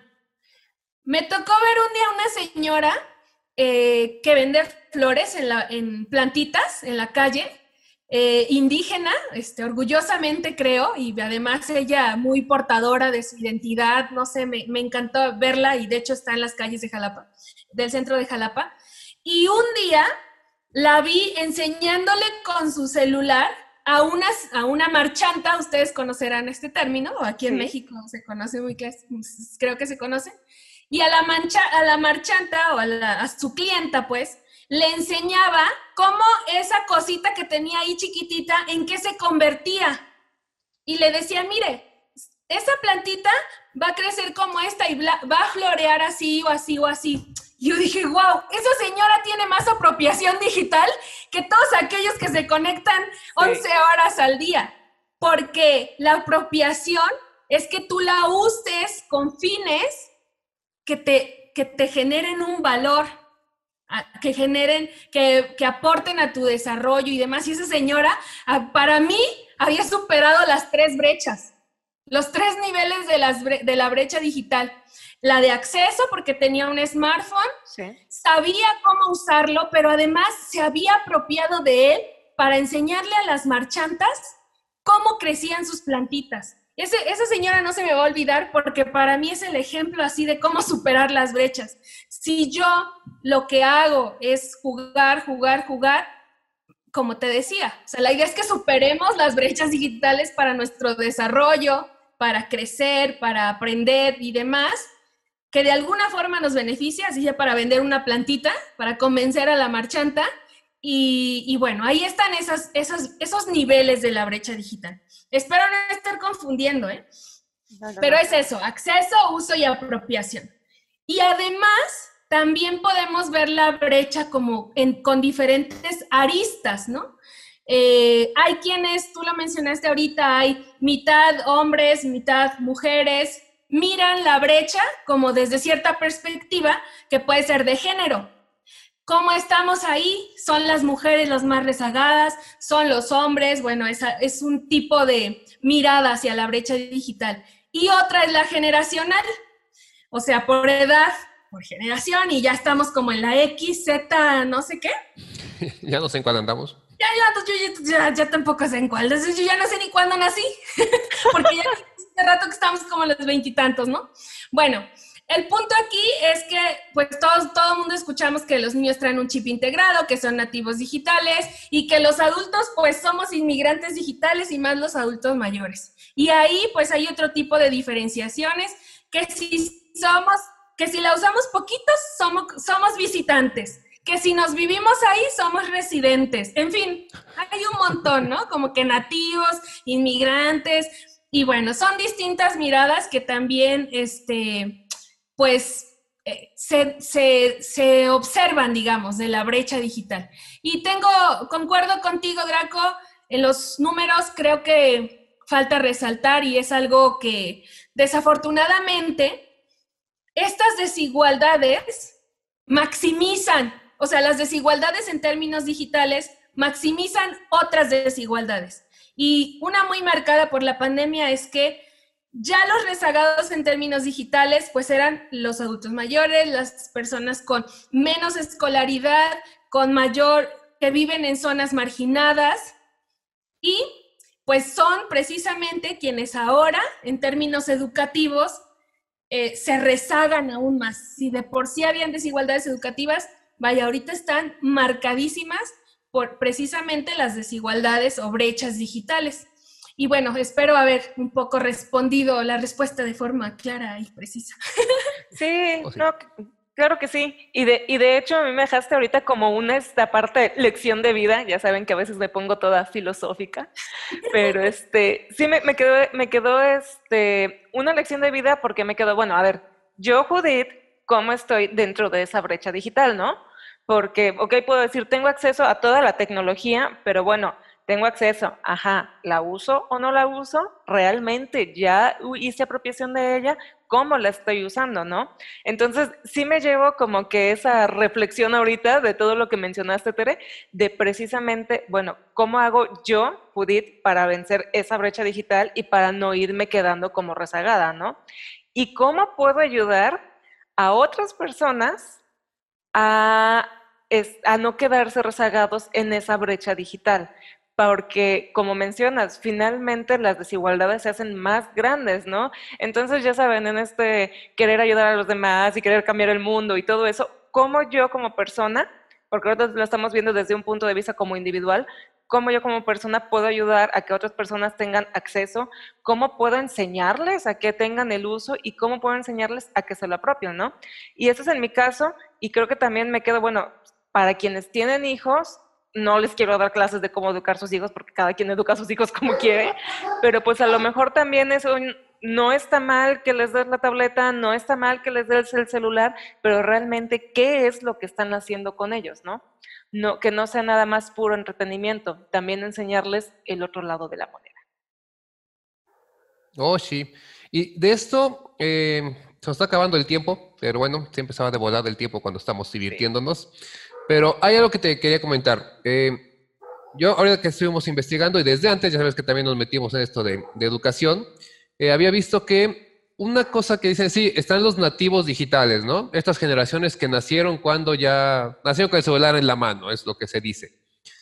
Me tocó ver un día una señora eh, que vende flores en, la, en plantitas en la calle, eh, indígena, este, orgullosamente creo, y además ella muy portadora de su identidad, no sé, me, me encantó verla, y de hecho está en las calles de Jalapa, del centro de Jalapa, y un día la vi enseñándole con su celular a una, a una marchanta. Ustedes conocerán este término, o aquí en sí. México se conoce muy, creo que se conoce, y a la, mancha, a la marchanta o a, la, a su clienta, pues, le enseñaba cómo esa cosita que tenía ahí chiquitita, en qué se convertía. Y le decía, mire, esa plantita va a crecer como esta y va a florear así o así o así. Y yo dije, wow, esa señora tiene más apropiación digital que todos aquellos que se conectan once sí. horas al día. Porque la apropiación es que tú la uses con fines que te, que te generen un valor, que generen, que, que aporten a tu desarrollo y demás. Y esa señora, para mí, había superado las tres brechas, los tres niveles de, las, de la brecha digital. La de acceso, porque tenía un smartphone, sí. sabía cómo usarlo, pero además se había apropiado de él para enseñarle a las marchantas cómo crecían sus plantitas. Ese, esa señora no se me va a olvidar, porque para mí es el ejemplo así de cómo superar las brechas. Si yo lo que hago es jugar, jugar, jugar, como te decía, o sea, la idea es que superemos las brechas digitales para nuestro desarrollo, para crecer, para aprender y demás, que de alguna forma nos beneficia, así sea para vender una plantita, para convencer a la marchanta, y, y bueno, ahí están esas, esos, esos niveles de la brecha digital. Espero no estar confundiendo, ¿eh? No, no, Pero no. es eso, acceso, uso y apropiación. Y además, también podemos ver la brecha como en, con diferentes aristas, ¿no? Eh, hay quienes, tú lo mencionaste ahorita, hay mitad hombres, mitad mujeres, miran la brecha como desde cierta perspectiva que puede ser de género. ¿Cómo estamos ahí? ¿Son las mujeres las más rezagadas? ¿Son los hombres? Bueno, esa es un tipo de mirada hacia la brecha digital. Y otra es la generacional, o sea, por edad, por generación, y ya estamos como en la X, Z, no sé qué. Ya no sé en cuál andamos. Ya, ya, yo, ya, ya tampoco sé en cuál. Entonces yo ya no sé ni cuándo nací, porque ya hace rato que estamos como los veintitantos, ¿no? Bueno, el punto aquí es que pues todos, todo el mundo escuchamos que los niños traen un chip integrado, que son nativos digitales, y que los adultos pues somos inmigrantes digitales, y más los adultos mayores. Y ahí pues hay otro tipo de diferenciaciones, que si somos, que si la usamos poquitos, somos, somos visitantes, que si nos vivimos ahí somos residentes. En fin, hay un montón, ¿no? Como que nativos, inmigrantes, y bueno, son distintas miradas que también, este, pues, eh, se, se, se observan, digamos, de la brecha digital. Y tengo, concuerdo contigo, Draco, en los números creo que falta resaltar, y es algo que desafortunadamente estas desigualdades maximizan, o sea, las desigualdades en términos digitales maximizan otras desigualdades. Y una muy marcada por la pandemia es que ya los rezagados en términos digitales pues eran los adultos mayores, las personas con menos escolaridad, con mayor, que viven en zonas marginadas, y pues son precisamente quienes ahora, en términos educativos, eh, se rezagan aún más. Si de por sí habían desigualdades educativas, vaya, ahorita están marcadísimas por precisamente las desigualdades o brechas digitales. Y bueno, espero haber un poco respondido la respuesta de forma clara y precisa. Sí, Oh, sí. no, claro que sí. Y de, y de hecho a mí me dejaste ahorita como una esta parte lección de vida. Ya saben que a veces me pongo toda filosófica, pero este, sí me, me quedó, me quedó este, una lección de vida porque me quedó, bueno, a ver, yo, Judith, ¿cómo estoy dentro de esa brecha digital, no? Porque, ok, puedo decir, tengo acceso a toda la tecnología, pero bueno, tengo acceso, ajá, ¿la uso o no la uso? ¿Realmente ya hice apropiación de ella? ¿Cómo la estoy usando, no? Entonces, sí me llevo como que esa reflexión ahorita de todo lo que mencionaste, Tere, de precisamente, bueno, ¿cómo hago yo, Judith, para vencer esa brecha digital y para no irme quedando como rezagada, ¿no? ¿Y cómo puedo ayudar a otras personas a, es, a no quedarse rezagados en esa brecha digital? Porque, como mencionas, finalmente las desigualdades se hacen más grandes, ¿no? Entonces, ya saben, en este querer ayudar a los demás y querer cambiar el mundo y todo eso, ¿cómo yo como persona, porque ahora lo estamos viendo desde un punto de vista como individual, cómo yo como persona puedo ayudar a que otras personas tengan acceso, cómo puedo enseñarles a que tengan el uso y cómo puedo enseñarles a que se lo apropien, ¿no? Y eso es en mi caso, y creo que también me quedo, bueno, para quienes tienen hijos, no les quiero dar clases de cómo educar a sus hijos porque cada quien educa a sus hijos como quiere, pero pues a lo mejor también eso no está mal que les des la tableta, no está mal que les des el celular, pero realmente qué es lo que están haciendo con ellos, ¿no? No, que no sea nada más puro entretenimiento, también enseñarles el otro lado de la moneda. Oh, sí. Y de esto, eh, se nos está acabando el tiempo, pero bueno, siempre se va de volar el tiempo cuando estamos divirtiéndonos. Pero hay algo que te quería comentar. Eh, yo, ahora que estuvimos investigando, y desde antes, ya sabes que también nos metimos en esto de, de educación, eh, había visto que una cosa que dicen, sí, están los nativos digitales, ¿no? Estas generaciones que nacieron cuando ya, nacieron con el celular en la mano, es lo que se dice.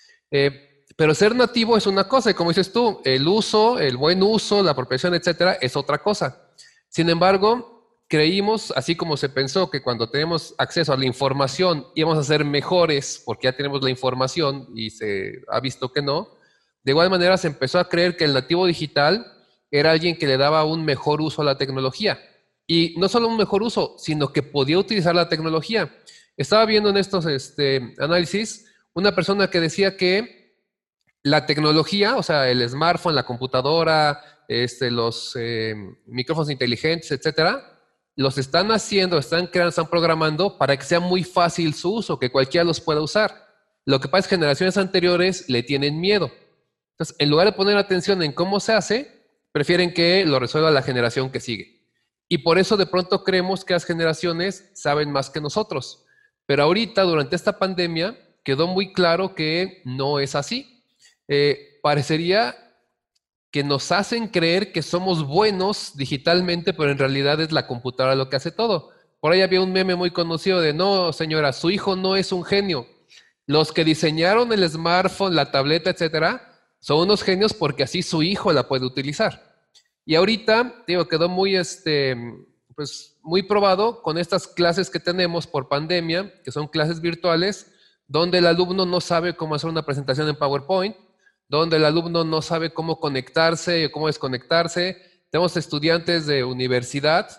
Eh, pero ser nativo es una cosa, y como dices tú, el uso, el buen uso, la apropiación, etcétera, es otra cosa. Sin embargo, creímos, así como se pensó que cuando tenemos acceso a la información íbamos a ser mejores porque ya tenemos la información y se ha visto que no, de igual manera se empezó a creer que el nativo digital era alguien que le daba un mejor uso a la tecnología. Y no solo un mejor uso, sino que podía utilizar la tecnología. Estaba viendo en estos este, análisis una persona que decía que la tecnología, o sea, el smartphone, la computadora, este, los eh, micrófonos inteligentes, etcétera, los están haciendo, están creando, están programando para que sea muy fácil su uso, que cualquiera los pueda usar. Lo que pasa es que generaciones anteriores le tienen miedo. Entonces, en lugar de poner atención en cómo se hace, prefieren que lo resuelva la generación que sigue. Y por eso de pronto creemos que las generaciones saben más que nosotros. Pero ahorita, durante esta pandemia, quedó muy claro que no es así. Eh, parecería que nos hacen creer que somos buenos digitalmente, pero en realidad es la computadora lo que hace todo. Por ahí había un meme muy conocido de, no, señora, su hijo no es un genio. Los que diseñaron el smartphone, la tableta, etcétera, son unos genios porque así su hijo la puede utilizar. Y ahorita, digo, quedó muy, este, pues, muy probado con estas clases que tenemos por pandemia, que son clases virtuales, donde el alumno no sabe cómo hacer una presentación en PowerPoint, donde el alumno no sabe cómo conectarse o cómo desconectarse. Tenemos estudiantes de universidad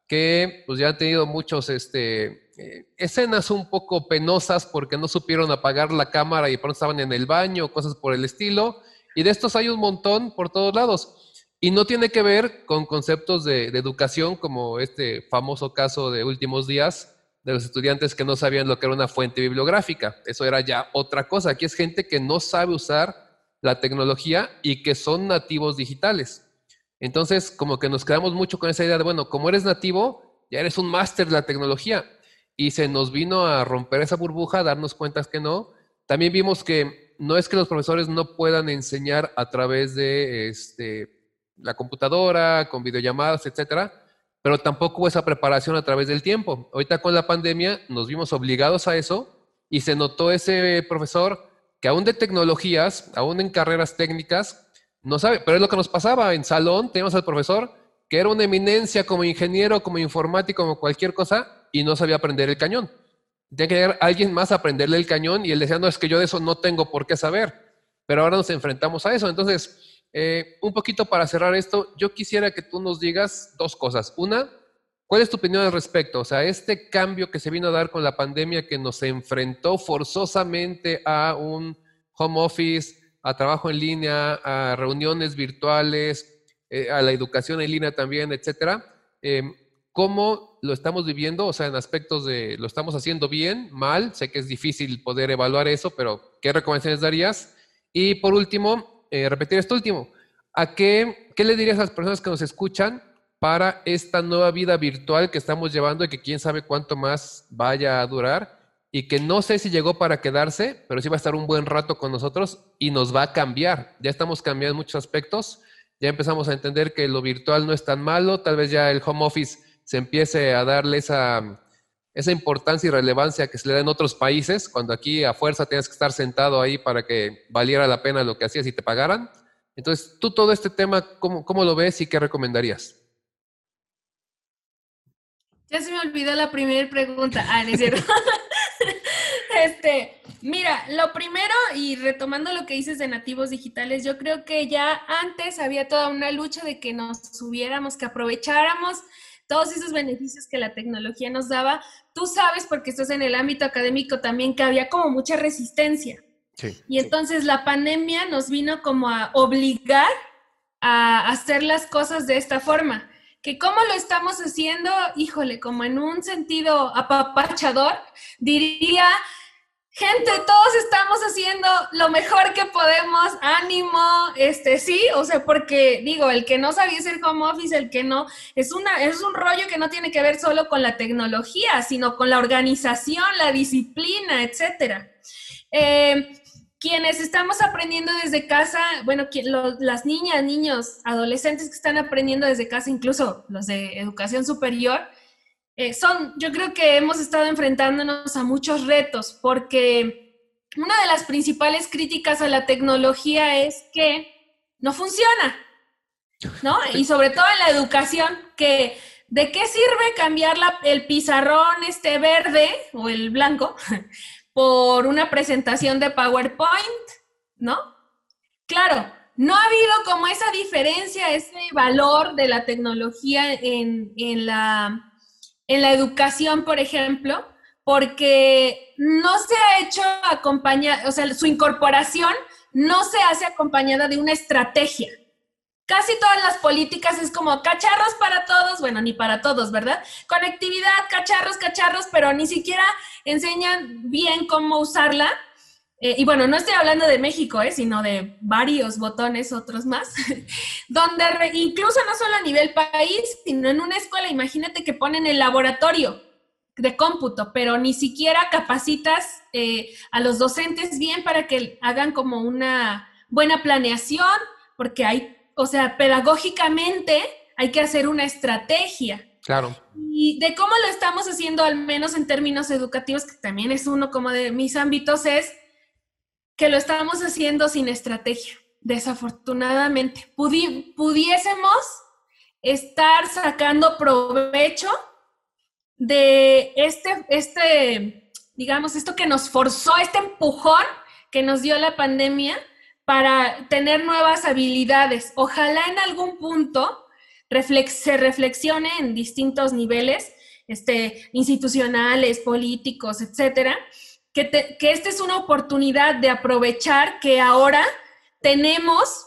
que pues ya han tenido muchos este, eh, escenas un poco penosas porque no supieron apagar la cámara y pronto estaban en el baño, cosas por el estilo. Y de estos hay un montón por todos lados. Y no tiene que ver con conceptos de, de educación, como este famoso caso de últimos días de los estudiantes que no sabían lo que era una fuente bibliográfica. Eso era ya otra cosa. Aquí es gente que no sabe usar la tecnología y que son nativos digitales. Entonces, como que nos quedamos mucho con esa idea de, bueno, como eres nativo, ya eres un máster de la tecnología. Y se nos vino a romper esa burbuja, a darnos cuenta que no. También vimos que no es que los profesores no puedan enseñar a través de este, la computadora, con videollamadas, etcétera, pero tampoco hubo esa preparación a través del tiempo. Ahorita con la pandemia nos vimos obligados a eso y se notó ese profesor que aún de tecnologías, aún en carreras técnicas, no sabe, pero es lo que nos pasaba. En salón teníamos al profesor que era una eminencia como ingeniero, como informático, como cualquier cosa, y no sabía aprender el cañón. Tenía que llegar alguien más a aprenderle el cañón y él decía, no, es que yo de eso no tengo por qué saber. Pero ahora nos enfrentamos a eso. Entonces, eh, un poquito para cerrar esto, yo quisiera que tú nos digas dos cosas. Una, ¿cuál es tu opinión al respecto? O sea, este cambio que se vino a dar con la pandemia que nos enfrentó forzosamente a un home office, a trabajo en línea, a reuniones virtuales, eh, a la educación en línea también, etcétera. Eh, ¿Cómo lo estamos viviendo? O sea, en aspectos de, ¿lo estamos haciendo bien, mal? Sé que es difícil poder evaluar eso, pero ¿qué recomendaciones darías? Y por último, eh, repetir esto último, ¿a qué, qué le dirías a las personas que nos escuchan para esta nueva vida virtual que estamos llevando y que quién sabe cuánto más vaya a durar y que no sé si llegó para quedarse, pero sí va a estar un buen rato con nosotros y nos va a cambiar? Ya estamos cambiando en muchos aspectos, ya empezamos a entender que lo virtual no es tan malo, tal vez ya el home office se empiece a darle esa, esa importancia y relevancia que se le da en otros países, cuando aquí a fuerza tienes que estar sentado ahí para que valiera la pena lo que hacías y te pagaran. Entonces, tú todo este tema, ¿cómo, cómo lo ves y qué recomendarías? Ya se me olvidó la primera pregunta. Ah, no es cierto. Este, mira, lo primero, y retomando lo que dices de nativos digitales, yo creo que ya antes había toda una lucha de que nos subiéramos, que aprovecháramos todos esos beneficios que la tecnología nos daba. Tú sabes, porque estás en el ámbito académico también, que había como mucha resistencia. Sí, y entonces sí. La pandemia nos vino como a obligar a hacer las cosas de esta forma. Que cómo lo estamos haciendo, híjole, como en un sentido apapachador, diría, gente, todos estamos haciendo lo mejor que podemos, ánimo, este, sí, o sea, porque, digo, el que no sabía hacer home office, el que no, es, una, es un rollo que no tiene que ver solo con la tecnología, sino con la organización, la disciplina, etcétera. Eh, Quienes estamos aprendiendo desde casa, bueno, lo, las niñas, niños, adolescentes que están aprendiendo desde casa, incluso los de educación superior, eh, son, yo creo que hemos estado enfrentándonos a muchos retos, porque una de las principales críticas a la tecnología es que no funciona, ¿no? Y sobre todo en la educación, que ¿de qué sirve cambiar la, el pizarrón este verde o el blanco por una presentación de PowerPoint, ¿no? Claro, no ha habido como esa diferencia, ese valor de la tecnología en, en, la, en la educación, por ejemplo, porque no se ha hecho acompañada, o sea, su incorporación no se hace acompañada de una estrategia. Casi todas las políticas es como cacharros para todos, bueno, ni para todos, ¿verdad? Conectividad, cacharros, cacharros, pero ni siquiera enseñan bien cómo usarla. Eh, y bueno, no estoy hablando de México, eh, sino de varios botones, otros más, donde re, incluso no solo a nivel país, sino en una escuela, imagínate que ponen el laboratorio de cómputo, pero ni siquiera capacitas eh, a los docentes bien para que hagan como una buena planeación, porque hay, o sea, pedagógicamente hay que hacer una estrategia. Claro. Y de cómo lo estamos haciendo, al menos en términos educativos, que también es uno como de mis ámbitos, es que lo estamos haciendo sin estrategia, desafortunadamente. Pudi- pudiésemos estar sacando provecho de este, este, digamos, esto que nos forzó, este empujón que nos dio la pandemia para tener nuevas habilidades. Ojalá en algún punto reflex se reflexione en distintos niveles, este, institucionales, políticos, etcétera, que, te, que esta es una oportunidad de aprovechar que ahora tenemos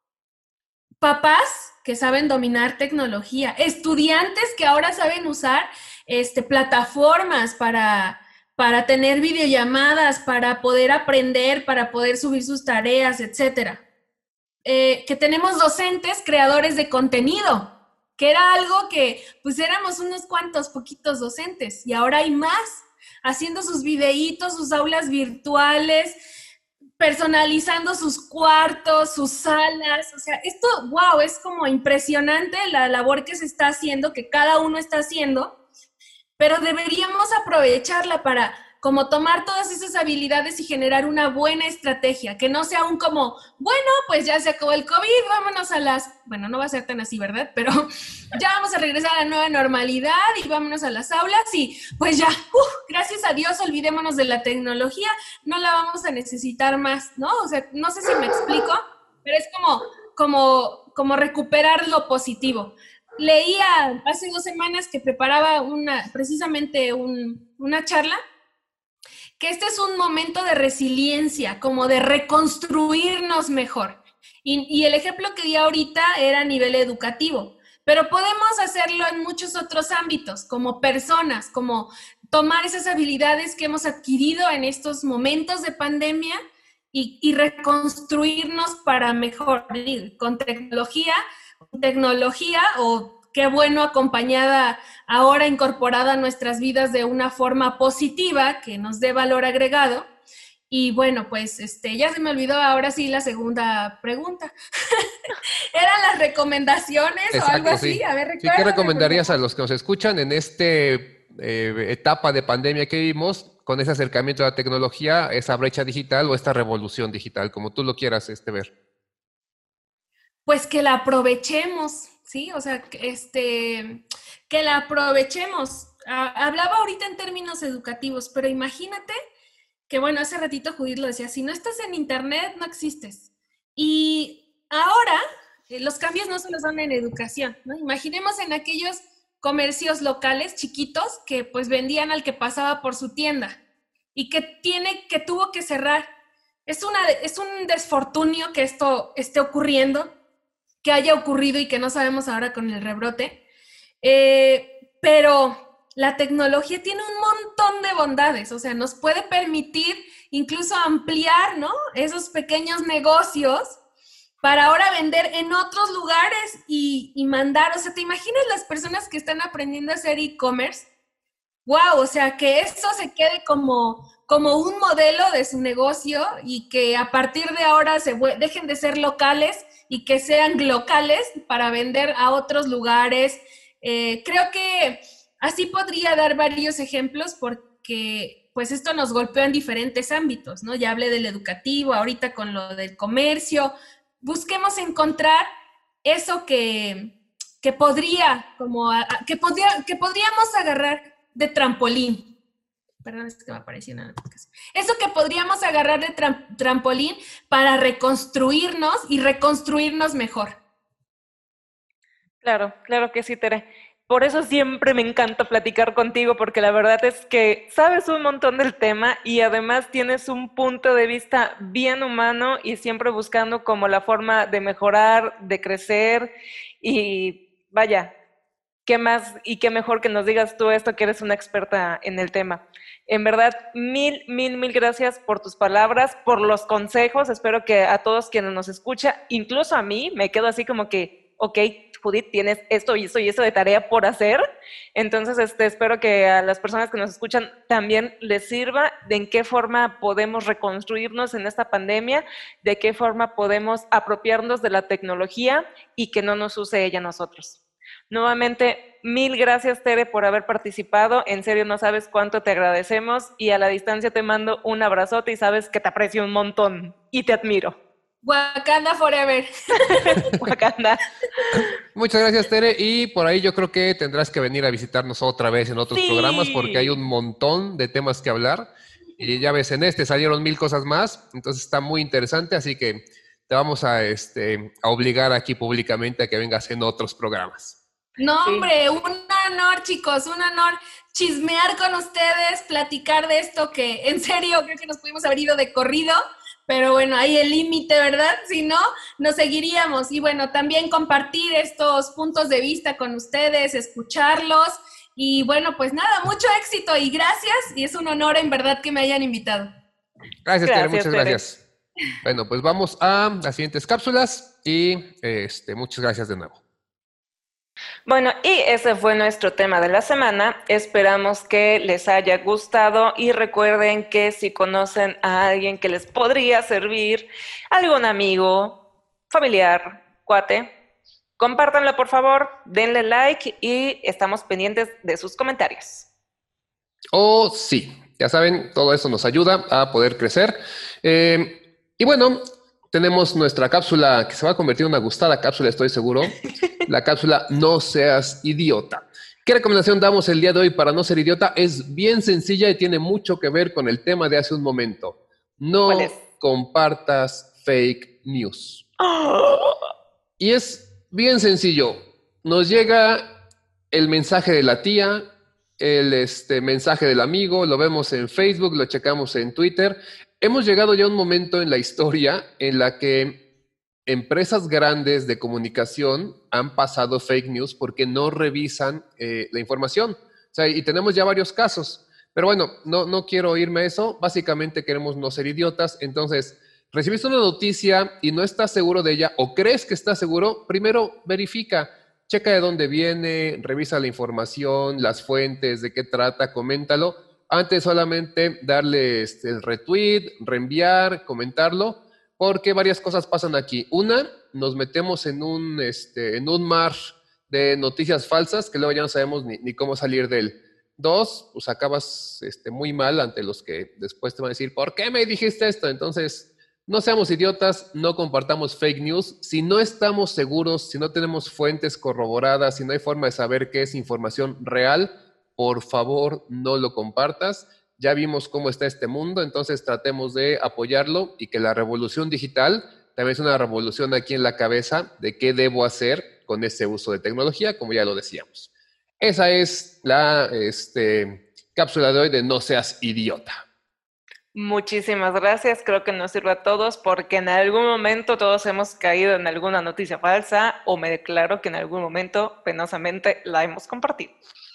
papás que saben dominar tecnología, estudiantes que ahora saben usar este, plataformas para, para tener videollamadas, para poder aprender, para poder subir sus tareas, etcétera. Eh, que tenemos docentes creadores de contenido, que era algo que pues éramos unos cuantos poquitos docentes y ahora hay más, haciendo sus videitos, sus aulas virtuales, personalizando sus cuartos, sus salas, o sea, esto, wow, es como impresionante la labor que se está haciendo, que cada uno está haciendo, pero deberíamos aprovecharla para como tomar todas esas habilidades y generar una buena estrategia, que no sea un como, bueno, pues ya se acabó el COVID, vámonos a las, bueno, no va a ser tan así, ¿verdad? Pero ya vamos a regresar a la nueva normalidad y vámonos a las aulas y pues ya, uh, gracias a Dios, olvidémonos de la tecnología, no la vamos a necesitar más, ¿no? O sea, no sé si me explico, pero es como, como, como recuperar lo positivo. Leía hace dos semanas que preparaba una, precisamente un, una charla, que este es un momento de resiliencia, como de reconstruirnos mejor. Y, y el ejemplo que di ahorita era a nivel educativo, pero podemos hacerlo en muchos otros ámbitos, como personas, como tomar esas habilidades que hemos adquirido en estos momentos de pandemia y, y reconstruirnos para mejor, con tecnología, tecnología o qué bueno acompañada, ahora incorporada a nuestras vidas de una forma positiva, que nos dé valor agregado. Y bueno, pues este, ya se me olvidó ahora sí la segunda pregunta. ¿Eran las recomendaciones Exacto, o algo así? Sí. A ver, sí, ¿qué recomendarías a los que nos escuchan en esta eh, etapa de pandemia que vivimos, con ese acercamiento a la tecnología, esa brecha digital o esta revolución digital, como tú lo quieras este, ver? Pues que la aprovechemos, ¿sí? O sea, este, que la aprovechemos. Hablaba ahorita en términos educativos, pero imagínate que, bueno, hace ratito Judith lo decía, si no estás en internet, no existes. Y ahora, eh, los cambios no solo son en educación, ¿no? Imaginemos en aquellos comercios locales chiquitos que pues vendían al que pasaba por su tienda y que tiene, que tuvo que cerrar. Es, una, es un desfortunio que esto esté ocurriendo, que haya ocurrido y que no sabemos ahora con el rebrote, eh, pero la tecnología tiene un montón de bondades, o sea, nos puede permitir incluso ampliar, ¿no?, esos pequeños negocios para ahora vender en otros lugares y, y mandar, o sea, ¿te imaginas las personas que están aprendiendo a hacer e-commerce? ¡Wow! O sea, que eso se quede como, como un modelo de su negocio y que a partir de ahora se dejen de ser locales y que sean glocales para vender a otros lugares. Eh, creo que así podría dar varios ejemplos porque pues esto nos golpeó en diferentes ámbitos, ¿no? Ya hablé del educativo, ahorita con lo del comercio. Busquemos encontrar eso que, que podría, como, a, que, podría, que podríamos agarrar de trampolín. Perdón, es que me apareció una notificación. Eso que podríamos agarrar de tra trampolín para reconstruirnos y reconstruirnos mejor. Claro, claro que sí, Tere. Por eso siempre me encanta platicar contigo, porque la verdad es que sabes un montón del tema y además tienes un punto de vista bien humano y siempre buscando como la forma de mejorar, de crecer y vaya, qué más y qué mejor que nos digas tú esto, que eres una experta en el tema. En verdad, mil, mil, mil gracias por tus palabras, por los consejos. Espero que a todos quienes nos escuchan, incluso a mí, me quedo así como que, ok, Judith, tienes esto y esto y esto de tarea por hacer. Entonces, este, espero que a las personas que nos escuchan también les sirva de en qué forma podemos reconstruirnos en esta pandemia, de qué forma podemos apropiarnos de la tecnología y que no nos use ella a nosotros. Nuevamente, mil gracias, Tere, por haber participado. En serio, no sabes cuánto te agradecemos y a la distancia te mando un abrazote y sabes que te aprecio un montón y te admiro. Wakanda forever. Wakanda. Muchas gracias, Tere. Y por ahí yo creo que tendrás que venir a visitarnos otra vez en otros sí. programas porque hay un montón de temas que hablar. Y ya ves, en este salieron mil cosas más. Entonces está muy interesante, así que te vamos a, este, a obligar aquí públicamente a que vengas en otros programas. No, hombre, sí. Un honor, chicos, un honor chismear con ustedes, platicar de esto que, en serio, creo que nos pudimos haber ido de corrido, pero bueno, hay el límite, ¿verdad? Si no, nos seguiríamos. Y bueno, también compartir estos puntos de vista con ustedes, escucharlos. Y bueno, pues nada, mucho éxito y gracias. Y es un honor, en verdad, que me hayan invitado. Gracias, Tere, muchas Tere. gracias. Bueno, pues vamos a las siguientes cápsulas y este, muchas gracias de nuevo. Bueno, y ese fue nuestro tema de la semana. Esperamos que les haya gustado y recuerden que si conocen a alguien que les podría servir, algún amigo, familiar, cuate, compártanlo por favor, denle like y estamos pendientes de sus comentarios. Oh, sí, ya saben, todo eso nos ayuda a poder crecer. Eh, y bueno, tenemos nuestra cápsula que se va a convertir en una gustada cápsula, estoy seguro. La cápsula No Seas Idiota. ¿Qué recomendación damos el día de hoy para no ser idiota? Es bien sencilla y tiene mucho que ver con el tema de hace un momento. No compartas fake news. Oh. Y es bien sencillo. Nos llega el mensaje de la tía, el este, mensaje del amigo, lo vemos en Facebook, lo checamos en Twitter. Hemos llegado ya a un momento en la historia en la que empresas grandes de comunicación han pasado fake news porque no revisan eh, la información. O sea, y tenemos ya varios casos. Pero bueno, no, no quiero irme a eso. Básicamente queremos no ser idiotas. Entonces, recibiste una noticia y no estás seguro de ella o crees que estás seguro, primero verifica. Checa de dónde viene, revisa la información, las fuentes, de qué trata, coméntalo. Antes solamente darle este, el retweet, reenviar, comentarlo. Porque varias cosas pasan aquí. Una, nos metemos en un, este, en un mar de noticias falsas que luego ya no sabemos ni, ni cómo salir de él. Dos, pues acabas este, muy mal ante los que después te van a decir, ¿por qué me dijiste esto? Entonces, no seamos idiotas, no compartamos fake news. Si no estamos seguros, si no tenemos fuentes corroboradas, si no hay forma de saber qué es información real, por favor, no lo compartas. Ya vimos cómo está este mundo, entonces tratemos de apoyarlo y que la revolución digital también es una revolución aquí en la cabeza de qué debo hacer con ese uso de tecnología, como ya lo decíamos. Esa es la este, cápsula de hoy de No Seas Idiota. Muchísimas gracias, creo que nos sirve a todos porque en algún momento todos hemos caído en alguna noticia falsa o me declaro que en algún momento penosamente la hemos compartido.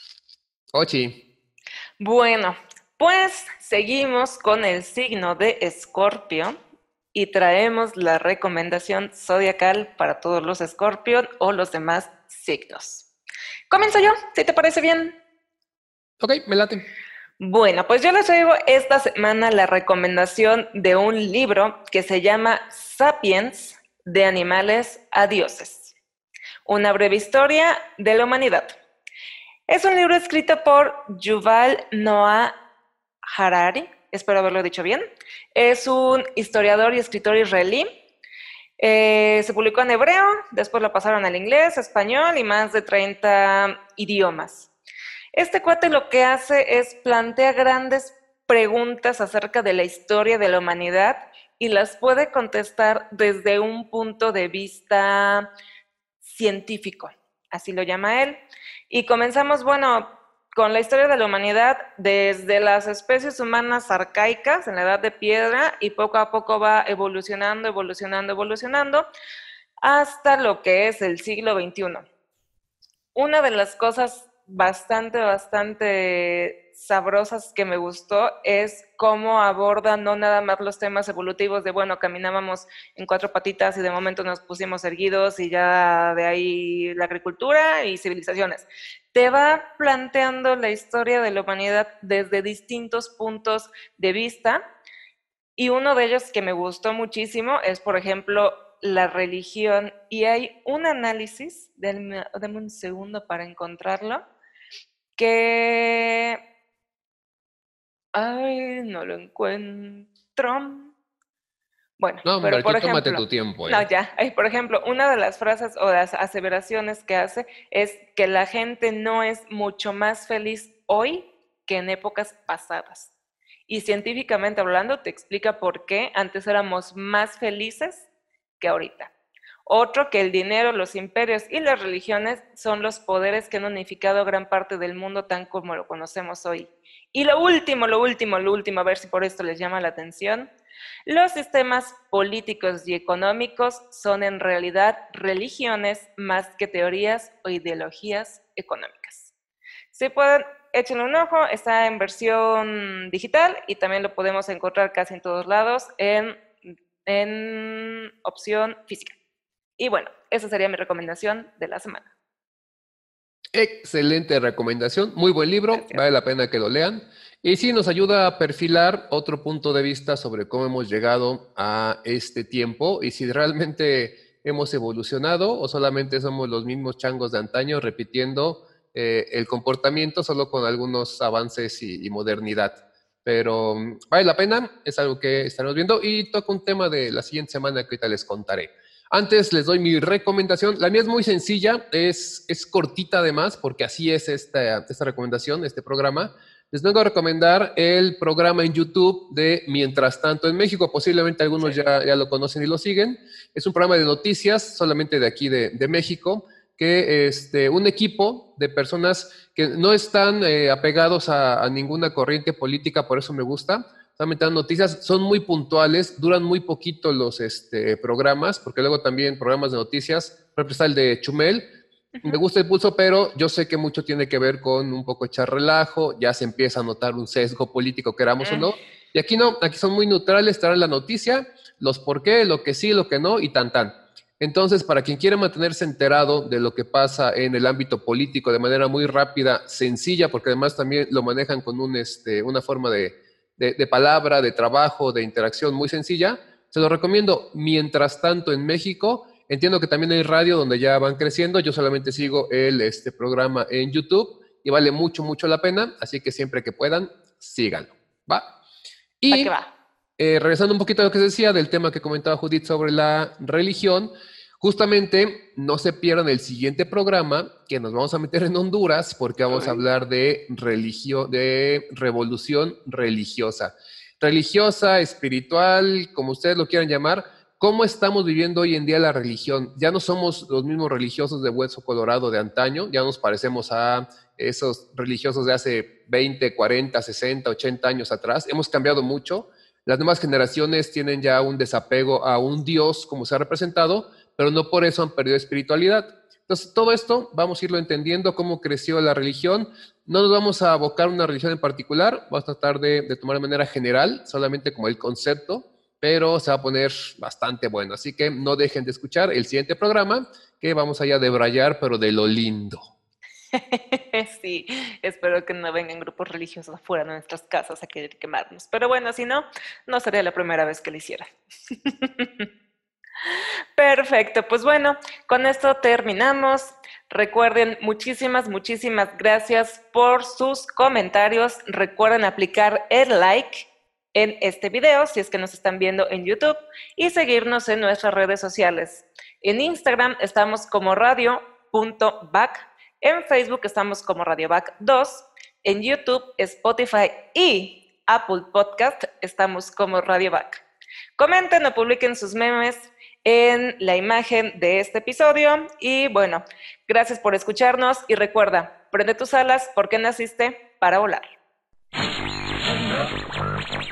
Ochi. Bueno. Pues seguimos con el signo de Escorpio y traemos la recomendación zodiacal para todos los Escorpio o los demás signos. Comienzo yo, si te parece bien. Ok, me late. Bueno, pues yo les traigo esta semana la recomendación de un libro que se llama Sapiens, de animales a dioses. Una breve historia de la humanidad. Es un libro escrito por Yuval Noah Harari, espero haberlo dicho bien. Es un historiador y escritor israelí. Eh, se publicó en hebreo, después lo pasaron al inglés, español y más de treinta idiomas. Este cuate lo que hace es plantear grandes preguntas acerca de la historia de la humanidad y las puede contestar desde un punto de vista científico, así lo llama él. Y comenzamos, bueno, con la historia de la humanidad desde las especies humanas arcaicas en la edad de piedra y poco a poco va evolucionando, evolucionando, evolucionando hasta lo que es el siglo veintiuno. Una de las cosas bastante, bastante sabrosas que me gustó es cómo aborda no nada más los temas evolutivos de, bueno, caminábamos en cuatro patitas y de momento nos pusimos erguidos y ya de ahí la agricultura y civilizaciones. Te va planteando la historia de la humanidad desde distintos puntos de vista y uno de ellos que me gustó muchísimo es, por ejemplo, la religión y hay un análisis, denme, denme un segundo para encontrarlo, que, ay, no lo encuentro. Bueno, no, pero hombre, por tú ejemplo, tómate tu tiempo. ¿eh? No, ya, ay, por ejemplo, una de las frases o las aseveraciones que hace es que la gente no es mucho más feliz hoy que en épocas pasadas. Y científicamente hablando te explica por qué antes éramos más felices que ahorita. Otro, que el dinero, los imperios y las religiones son los poderes que han unificado gran parte del mundo tan como lo conocemos hoy. Y lo último, lo último, lo último, a ver si por esto les llama la atención, los sistemas políticos y económicos son en realidad religiones más que teorías o ideologías económicas. Si pueden, échenle un ojo, está en versión digital y también lo podemos encontrar casi en todos lados en, en opción física. Y bueno, esa sería mi recomendación de la semana. Excelente recomendación, muy buen libro, Gracias. Vale la pena que lo lean. Y sí, nos ayuda a perfilar otro punto de vista sobre cómo hemos llegado a este tiempo y si realmente hemos evolucionado o solamente somos los mismos changos de antaño repitiendo eh, el comportamiento solo con algunos avances y, y modernidad. Pero um, vale la pena, es algo que estaremos viendo y toca un tema de la siguiente semana que ahorita les contaré. Antes les doy mi recomendación. La mía es muy sencilla, es, es cortita además, porque así es esta, esta recomendación, este programa. Les vengo a recomendar el programa en YouTube de Mientras Tanto en México. Posiblemente algunos sí. ya, ya lo conocen y lo siguen. Es un programa de noticias, solamente de aquí de, de México, que este, un equipo de personas que no están eh, apegados a, a ninguna corriente política, por eso me gusta. Solamente dan noticias, son muy puntuales, duran muy poquito los este, programas, porque luego también programas de noticias, por ejemplo está el de Chumel, uh-huh. Me gusta el pulso, pero yo sé que mucho tiene que ver con un poco echar relajo, ya se empieza a notar un sesgo político, queramos uh-huh. o no, y aquí no, aquí son muy neutrales, traen la noticia, los por qué, lo que sí, lo que no, y tan tan. Entonces, para quien quiere mantenerse enterado de lo que pasa en el ámbito político de manera muy rápida, sencilla, porque además también lo manejan con un, este, una forma de De, de palabra, de trabajo, de interacción muy sencilla, se lo recomiendo. Mientras Tanto en México, entiendo que también hay radio donde ya van creciendo, yo solamente sigo el este, programa en YouTube y vale mucho, mucho la pena, así que siempre que puedan, síganlo, ¿va? Y ¿Para qué va? Eh, regresando un poquito a lo que se decía del tema que comentaba Judith sobre la religión, justamente no se pierdan el siguiente programa que nos vamos a meter en Honduras porque vamos Ay. a hablar de religión, de revolución religiosa. Religiosa, espiritual, como ustedes lo quieran llamar, ¿cómo estamos viviendo hoy en día la religión? Ya no somos los mismos religiosos de hueso colorado de antaño, ya nos parecemos a esos religiosos de hace veinte, cuarenta, sesenta, ochenta años atrás. Hemos cambiado mucho. Las nuevas generaciones tienen ya un desapego a un Dios como se ha representado, pero no por eso han perdido espiritualidad. Entonces, todo esto vamos a irlo entendiendo, cómo creció la religión. No nos vamos a abocar a una religión en particular, vamos a tratar de, de tomar de manera general, solamente como el concepto, pero se va a poner bastante bueno. Así que no dejen de escuchar el siguiente programa, que vamos allá a debrayar, pero de lo lindo. Sí, espero que no vengan grupos religiosos afuera de nuestras casas a querer quemarnos. Pero bueno, si no, no sería la primera vez que lo hiciera. Perfecto, pues bueno, con esto terminamos. Recuerden, muchísimas, muchísimas gracias por sus comentarios. Recuerden aplicar el like en este video si es que nos están viendo en YouTube y seguirnos en nuestras redes sociales. En Instagram estamos como radio punto back. En Facebook estamos como RadioBack dos, en YouTube, Spotify y Apple Podcast estamos como RadioBack. Comenten o publiquen sus memes en la imagen de este episodio y bueno, gracias por escucharnos y recuerda, prende tus alas porque naciste para volar.